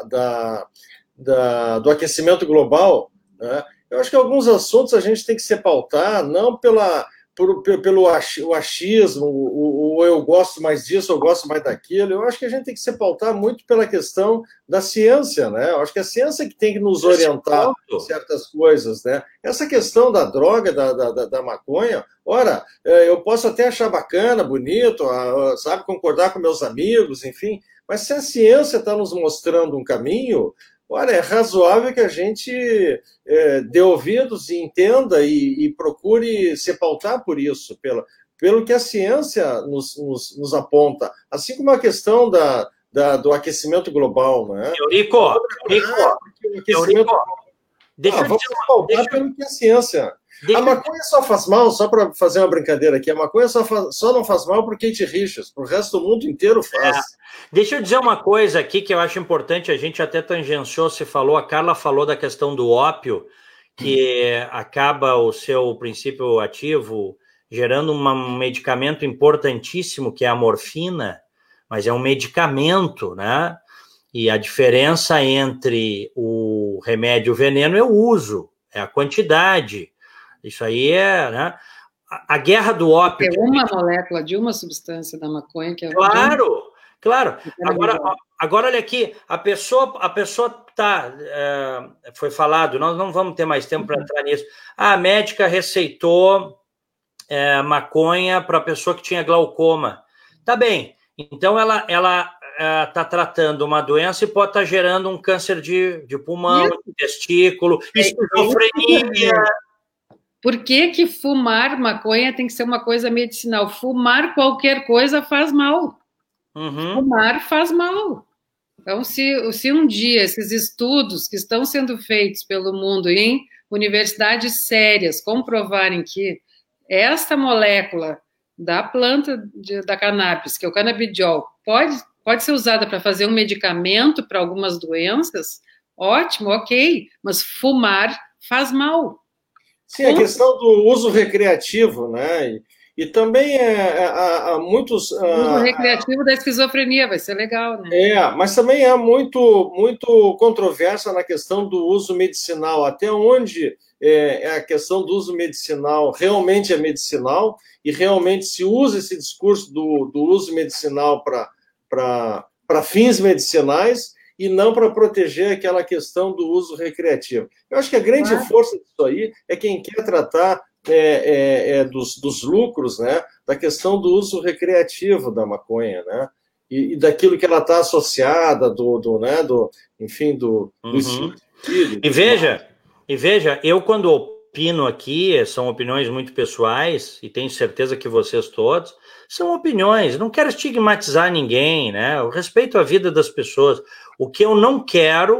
do aquecimento global, né? Eu acho que alguns assuntos a gente tem que se pautar, não pelo achismo, o eu gosto mais disso, eu gosto mais daquilo. Eu acho que a gente tem que se pautar muito pela questão da ciência, né? Eu acho que a ciência que tem que nos orientar em certas coisas, né? Essa questão da droga, da maconha, ora, eu posso até achar bacana, bonito, sabe, concordar com meus amigos, enfim, mas se a ciência está nos mostrando um caminho, olha, é razoável que a gente dê ouvidos e entenda e procure se pautar por isso, pelo que a ciência nos aponta. Assim como a questão do aquecimento global, né? Eurico, vamos se pautar pelo que a ciência... A maconha só faz mal, só para fazer uma brincadeira aqui, a maconha só não faz mal por Kate Richards, pro resto do mundo inteiro faz. Deixa eu dizer uma coisa aqui que eu acho importante, a gente até tangenciou, a Carla falou da questão do ópio, que acaba o seu princípio ativo gerando um medicamento importantíssimo, que é a morfina, mas é um medicamento, né? E a diferença entre o remédio e o veneno é o uso, é a quantidade. Isso aí né? A guerra do ópio... É uma molécula de uma substância da maconha que é... Claro. Agora, olha aqui, a pessoa tá... foi falado, nós não vamos ter mais tempo para entrar nisso. A médica receitou maconha para a pessoa que tinha glaucoma. Tá bem, então ela está tratando uma doença e pode estar gerando um câncer de pulmão, de testículo, esquizofrenia... Por que fumar maconha tem que ser uma coisa medicinal? Fumar qualquer coisa faz mal. Fumar faz mal. Então, se um dia esses estudos que estão sendo feitos pelo mundo em universidades sérias comprovarem que esta molécula da planta da cannabis, que é o canabidiol, pode ser usada para fazer um medicamento para algumas doenças, ótimo, ok, mas fumar faz mal. Sim, a questão do uso recreativo, né? E também há muitos... O uso recreativo da esquizofrenia vai ser legal, né? Mas também há muito controvérsia na questão do uso medicinal. Até onde a questão do uso medicinal realmente é medicinal e realmente se usa esse discurso do uso medicinal para fins medicinais e não para proteger aquela questão do uso recreativo. Eu acho que a grande força disso aí é quem quer tratar dos lucros, né, da questão do uso recreativo da maconha, né, e daquilo que ela está associada, do estilo de vida. E veja, eu quando opino aqui, são opiniões muito pessoais, e tenho certeza que vocês todos, são opiniões, não quero estigmatizar ninguém, né? Eu respeito a vida das pessoas. O que eu não quero,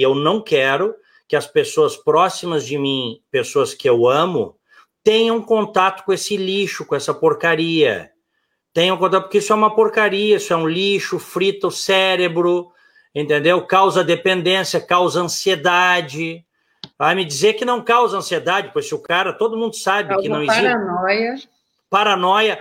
que as pessoas próximas de mim, pessoas que eu amo, tenham contato com esse lixo, com essa porcaria. Tenham contato, porque isso é uma porcaria, isso é um lixo, frita o cérebro, entendeu? Causa dependência, causa ansiedade. Vai me dizer que não causa ansiedade, pois se o cara, todo mundo sabe que não existe... Paranoia.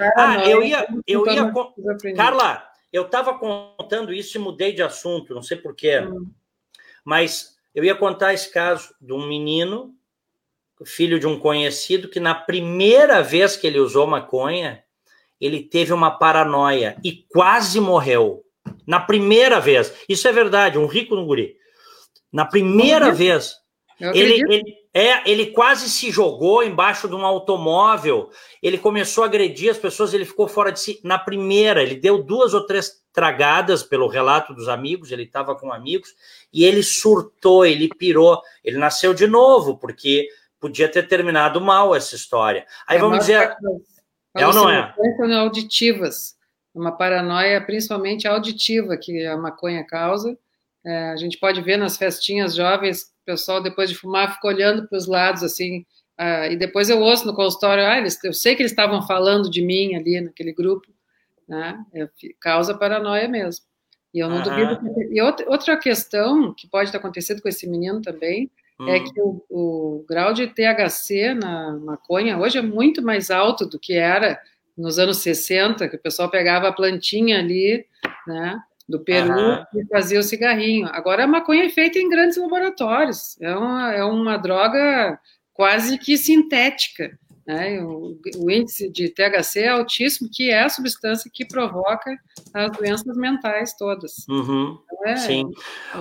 Carla, eu estava contando isso e mudei de assunto, não sei porquê, mas eu ia contar esse caso de um menino, filho de um conhecido, que na primeira vez que ele usou maconha, ele teve uma paranoia e quase morreu. Na primeira vez. Isso é verdade, um rico no guri. Na primeira vez, ele quase se jogou embaixo de um automóvel, ele começou a agredir as pessoas, ele ficou fora de si. Na primeira, ele deu 2 ou 3 tragadas, pelo relato dos amigos, ele estava com amigos, e ele surtou, ele pirou, ele nasceu de novo, porque podia ter terminado mal essa história. Aí vamos dizer... ou não é? Auditivas, uma paranoia principalmente auditiva que a maconha causa. A gente pode ver nas festinhas jovens, o pessoal depois de fumar fica olhando para os lados assim, e depois eu ouço no consultório, eu sei que eles estavam falando de mim ali naquele grupo, né? Causa paranoia mesmo. E eu não duvido. E outra questão que pode ter acontecido com esse menino também é que o grau de THC na maconha hoje é muito mais alto do que era nos anos 60, que o pessoal pegava a plantinha ali, né, do Peru e fazia o cigarrinho. Agora a maconha é feita em grandes laboratórios, é uma droga quase que sintética, né? O índice de THC é altíssimo, que é a substância que provoca as doenças mentais todas. Então, sim.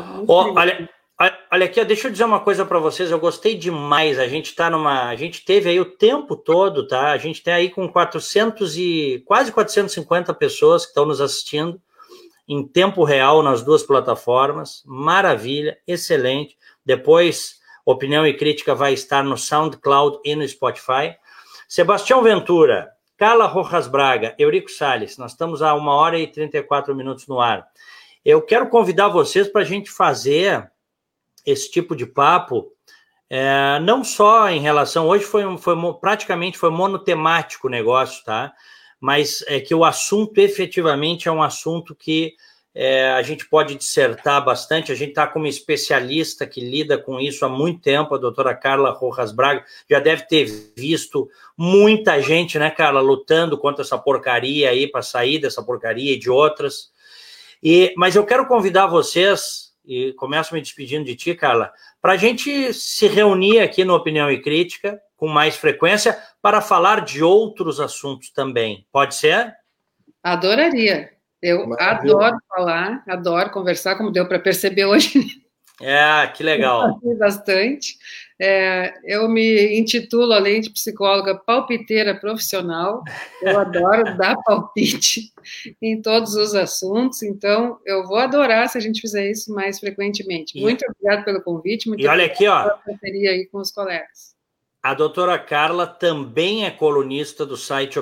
Olha aqui, deixa eu dizer uma coisa para vocês, eu gostei demais, a gente teve aí o tempo todo, tá? A gente tem aí com quase 450 pessoas que estão nos assistindo em tempo real nas duas plataformas, maravilha, excelente. Depois, Opinião e Crítica vai estar no SoundCloud e no Spotify. Sebastião Ventura, Carla Rojas Braga, Eurico Salles, nós estamos a 1h34 no ar. Eu quero convidar vocês para a gente fazer esse tipo de papo, não só em relação... Hoje praticamente foi monotemático o negócio, tá? Mas é que o assunto efetivamente é um assunto que a gente pode dissertar bastante. A gente está com uma especialista que lida com isso há muito tempo, a doutora Carla Rojas Braga. Já deve ter visto muita gente, né, Carla, lutando contra essa porcaria aí, para sair dessa porcaria e de outras. Mas eu quero convidar vocês, e começo me despedindo de ti, Carla, para a gente se reunir aqui no Opinião e Crítica com mais frequência para falar de outros assuntos também. Pode ser? Adoraria. Eu adoro falar, adoro conversar, como deu para perceber hoje. Que legal. Bastante. Eu me intitulo, além de psicóloga, palpiteira profissional. Eu adoro dar palpite em todos os assuntos, então eu vou adorar se a gente fizer isso mais frequentemente. Muito obrigada pelo convite. Muito olha aqui, ó, pela parceria aí com os colegas. A doutora Carla também é colunista do site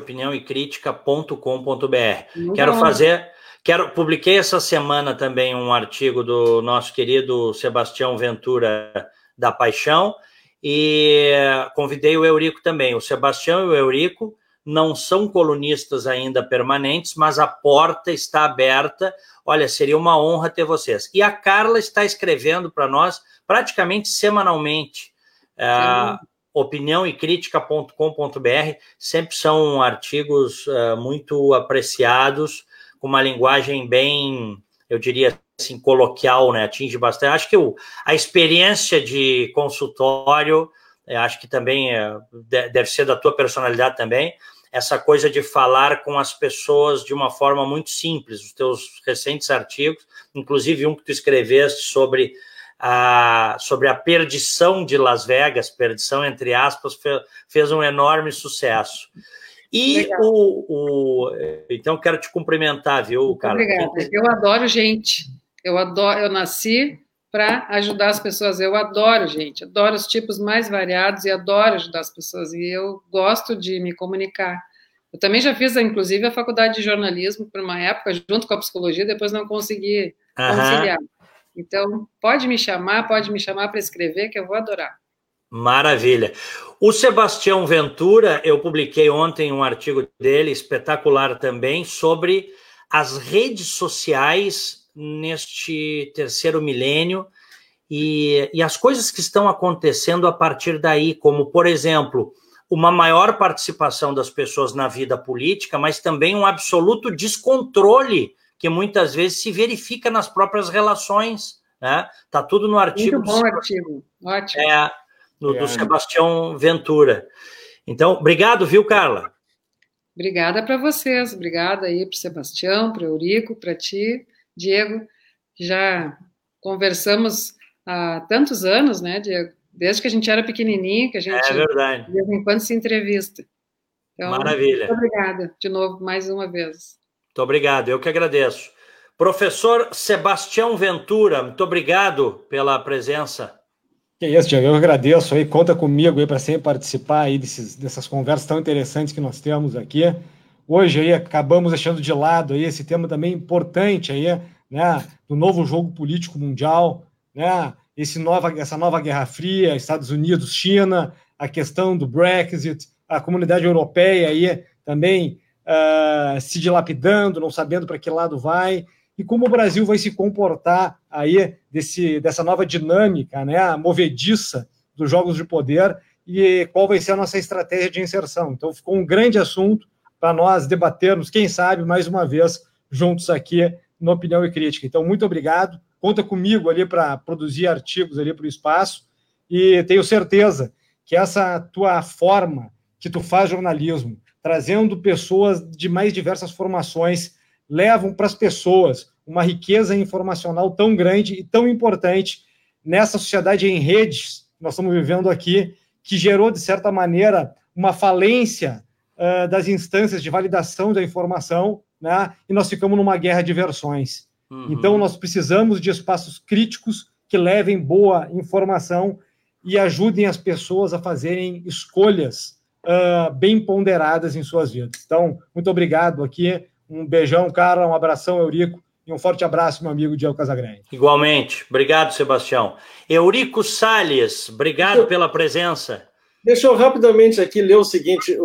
opiniãoecritica.com.br. Publiquei essa semana também um artigo do nosso querido Sebastião Ventura da Paixão e convidei o Eurico também. O Sebastião e o Eurico não são colunistas ainda permanentes, mas a porta está aberta. Olha, seria uma honra ter vocês. E a Carla está escrevendo para nós praticamente semanalmente. opiniãoecritica.com.br, sempre são artigos muito apreciados, com uma linguagem bem, eu diria assim, coloquial, né? Atinge bastante. Acho que a experiência de consultório, acho que também deve ser da tua personalidade também, essa coisa de falar com as pessoas de uma forma muito simples. Os teus recentes artigos, inclusive um que tu escreveste sobre a perdição de Las Vegas, perdição entre aspas, fez um enorme sucesso. E então quero te cumprimentar, viu, Carla? Obrigada. Eu adoro gente. Eu nasci para ajudar as pessoas. Eu adoro gente, adoro os tipos mais variados e adoro ajudar as pessoas. E eu gosto de me comunicar. Eu também já fiz, inclusive, a faculdade de jornalismo por uma época, junto com a psicologia, depois não consegui conciliar. Então, pode me chamar para escrever, que eu vou adorar. Maravilha. O Sebastião Ventura, eu publiquei ontem um artigo dele, espetacular também, sobre as redes sociais neste terceiro milênio e as coisas que estão acontecendo a partir daí, como, por exemplo, uma maior participação das pessoas na vida política, mas também um absoluto descontrole que muitas vezes se verifica nas próprias relações, né? Tá tudo no artigo. Muito bom artigo, ótimo. Do Sebastião Ventura. Então, obrigado, viu, Carla? Obrigada para vocês, obrigada aí para o Sebastião, para o Eurico, para ti, Diego. Já conversamos há tantos anos, né, Diego? Desde que a gente era pequenininho, que a gente, verdade, de vez em quando, se entrevista. Então, maravilha. Muito obrigada, de novo, mais uma vez. Muito obrigado, eu que agradeço. Professor Sebastião Ventura, muito obrigado pela presença. Que isso, Diego, eu agradeço aí, conta comigo aí para sempre participar aí dessas conversas tão interessantes que nós temos aqui. Hoje aí acabamos deixando de lado aí esse tema também importante aí, né, do novo jogo político mundial, né, essa nova Guerra Fria, Estados Unidos, China, a questão do Brexit, a comunidade europeia aí também se dilapidando, não sabendo para que lado vai. e como o Brasil vai se comportar aí dessa nova dinâmica, né, movediça dos jogos de poder, e qual vai ser a nossa estratégia de inserção. Então, ficou um grande assunto para nós debatermos, quem sabe, mais uma vez, juntos aqui no Opinião e Crítica. Então, muito obrigado. Conta comigo ali para produzir artigos ali para o espaço, e tenho certeza que essa tua forma que tu faz jornalismo, trazendo pessoas de mais diversas formações, levam para as pessoas uma riqueza informacional tão grande e tão importante nessa sociedade em redes que nós estamos vivendo aqui, que gerou, de certa maneira, uma falência das instâncias de validação da informação, né? E nós ficamos numa guerra de versões. Então, nós precisamos de espaços críticos que levem boa informação e ajudem as pessoas a fazerem escolhas bem ponderadas em suas vidas. Então, muito obrigado aqui. Um beijão, Carla, um abração, Eurico, e um forte abraço, meu amigo Diego Casagrande. Igualmente. Obrigado, Sebastião. Eurico Salles, obrigado pela presença. Deixa eu rapidamente aqui ler o seguinte,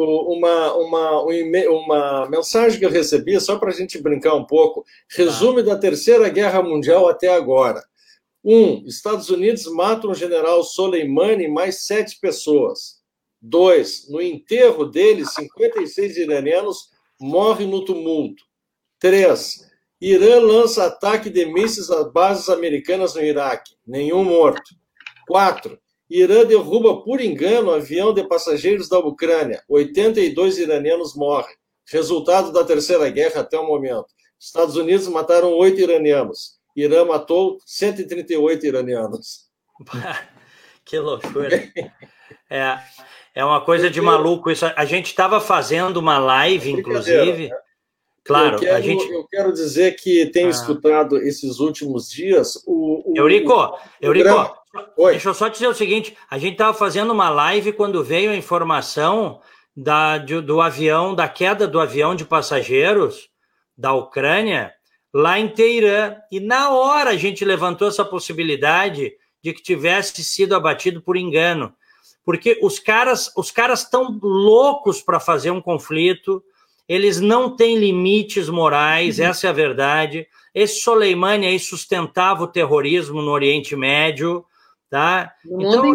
uma mensagem que eu recebi, só para a gente brincar um pouco. Resumo da Terceira Guerra Mundial até agora. 1. Estados Unidos matam o general Soleimani e mais 7 pessoas. 2. No enterro dele, 56 iranianos morrem no tumulto. 3. Irã lança ataque de mísseis às bases americanas no Iraque. Nenhum morto. 4. Irã derruba por engano avião de passageiros da Ucrânia. 82 iranianos morrem. Resultado da Terceira Guerra até o momento. Estados Unidos mataram 8 iranianos. Irã matou 138 iranianos. Que loucura. É uma coisa de maluco isso. A gente estava fazendo uma live, inclusive. Né? Claro, eu quero dizer que tenho escutado esses últimos dias Eurico, deixa eu só te dizer o seguinte, a gente estava fazendo uma live quando veio a informação do avião, da queda do avião de passageiros da Ucrânia, lá em Teherã, e na hora a gente levantou essa possibilidade de que tivesse sido abatido por engano, porque os caras estão loucos para fazer um conflito. Eles não têm limites morais, essa é a verdade. Esse Soleimani aí sustentava o terrorismo no Oriente Médio, tá? Então,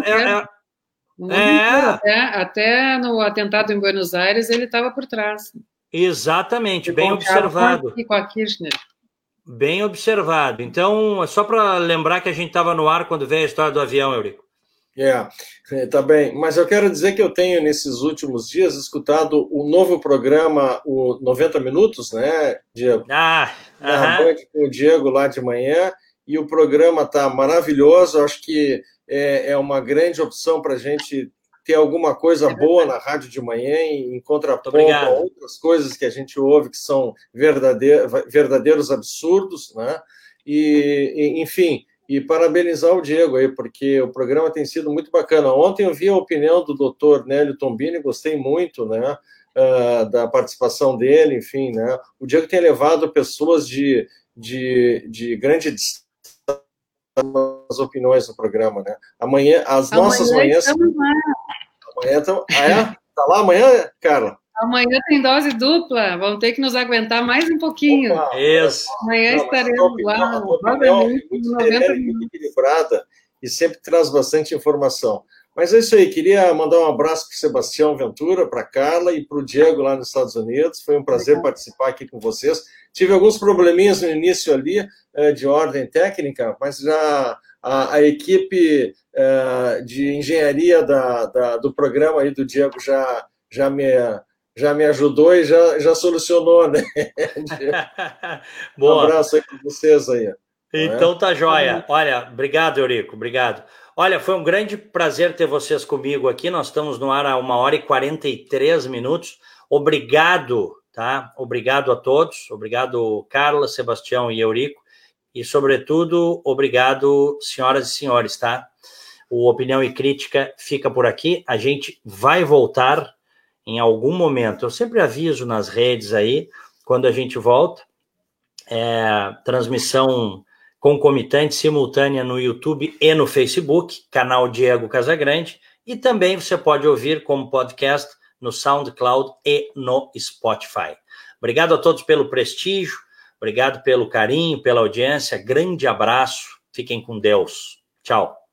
até no atentado em Buenos Aires ele estava por trás. Exatamente, bem observado. Com a Kirchner. Bem observado. Então, é só para lembrar que a gente estava no ar quando veio a história do avião, Eurico. Tá bem. Mas eu quero dizer que eu tenho, nesses últimos dias, escutado o novo programa, o 90 Minutos, né, Diego? Na Band com o Diego lá de manhã, e o programa está maravilhoso. Acho que é uma grande opção para a gente ter alguma coisa boa na rádio de manhã, em contraponto a outras coisas que a gente ouve que são verdadeiros absurdos, né? Enfim... E parabenizar o Diego aí, porque o programa tem sido muito bacana. Ontem eu vi a opinião do Dr. Nélio Tombini, gostei muito, né, da participação dele, enfim, né. O Diego tem levado pessoas de grande destaque nas opiniões no programa, né. Amanhã, as nossas manhãs... Amanhã tá lá amanhã, Carla? Amanhã tem dose dupla, vão ter que nos aguentar mais um pouquinho. Isso. Amanhã estaremos lá. Muito equilibrada e sempre traz bastante informação. Mas é isso aí, queria mandar um abraço para o Sebastião Ventura, para a Carla e para o Diego lá nos Estados Unidos. Foi um prazer participar aqui com vocês. Tive alguns probleminhas no início ali, de ordem técnica, mas já a equipe de engenharia do programa aí do Diego já me ajudou e já solucionou, né? Boa. Um abraço aí para vocês aí. Então tá joia. Olha, obrigado, Eurico, obrigado. Olha, foi um grande prazer ter vocês comigo aqui. Nós estamos no ar há 1h43. Obrigado, tá? Obrigado a todos. Obrigado, Carla, Sebastião e Eurico. E, sobretudo, obrigado, senhoras e senhores, tá? O Opinião e Crítica fica por aqui. A gente vai voltar em algum momento. Eu sempre aviso nas redes aí, quando a gente volta. Transmissão concomitante, simultânea no YouTube e no Facebook, canal Diego Casagrande, e também você pode ouvir como podcast no SoundCloud e no Spotify. Obrigado a todos pelo prestígio, Obrigado pelo carinho, pela audiência. Grande abraço. Fiquem com Deus. Tchau.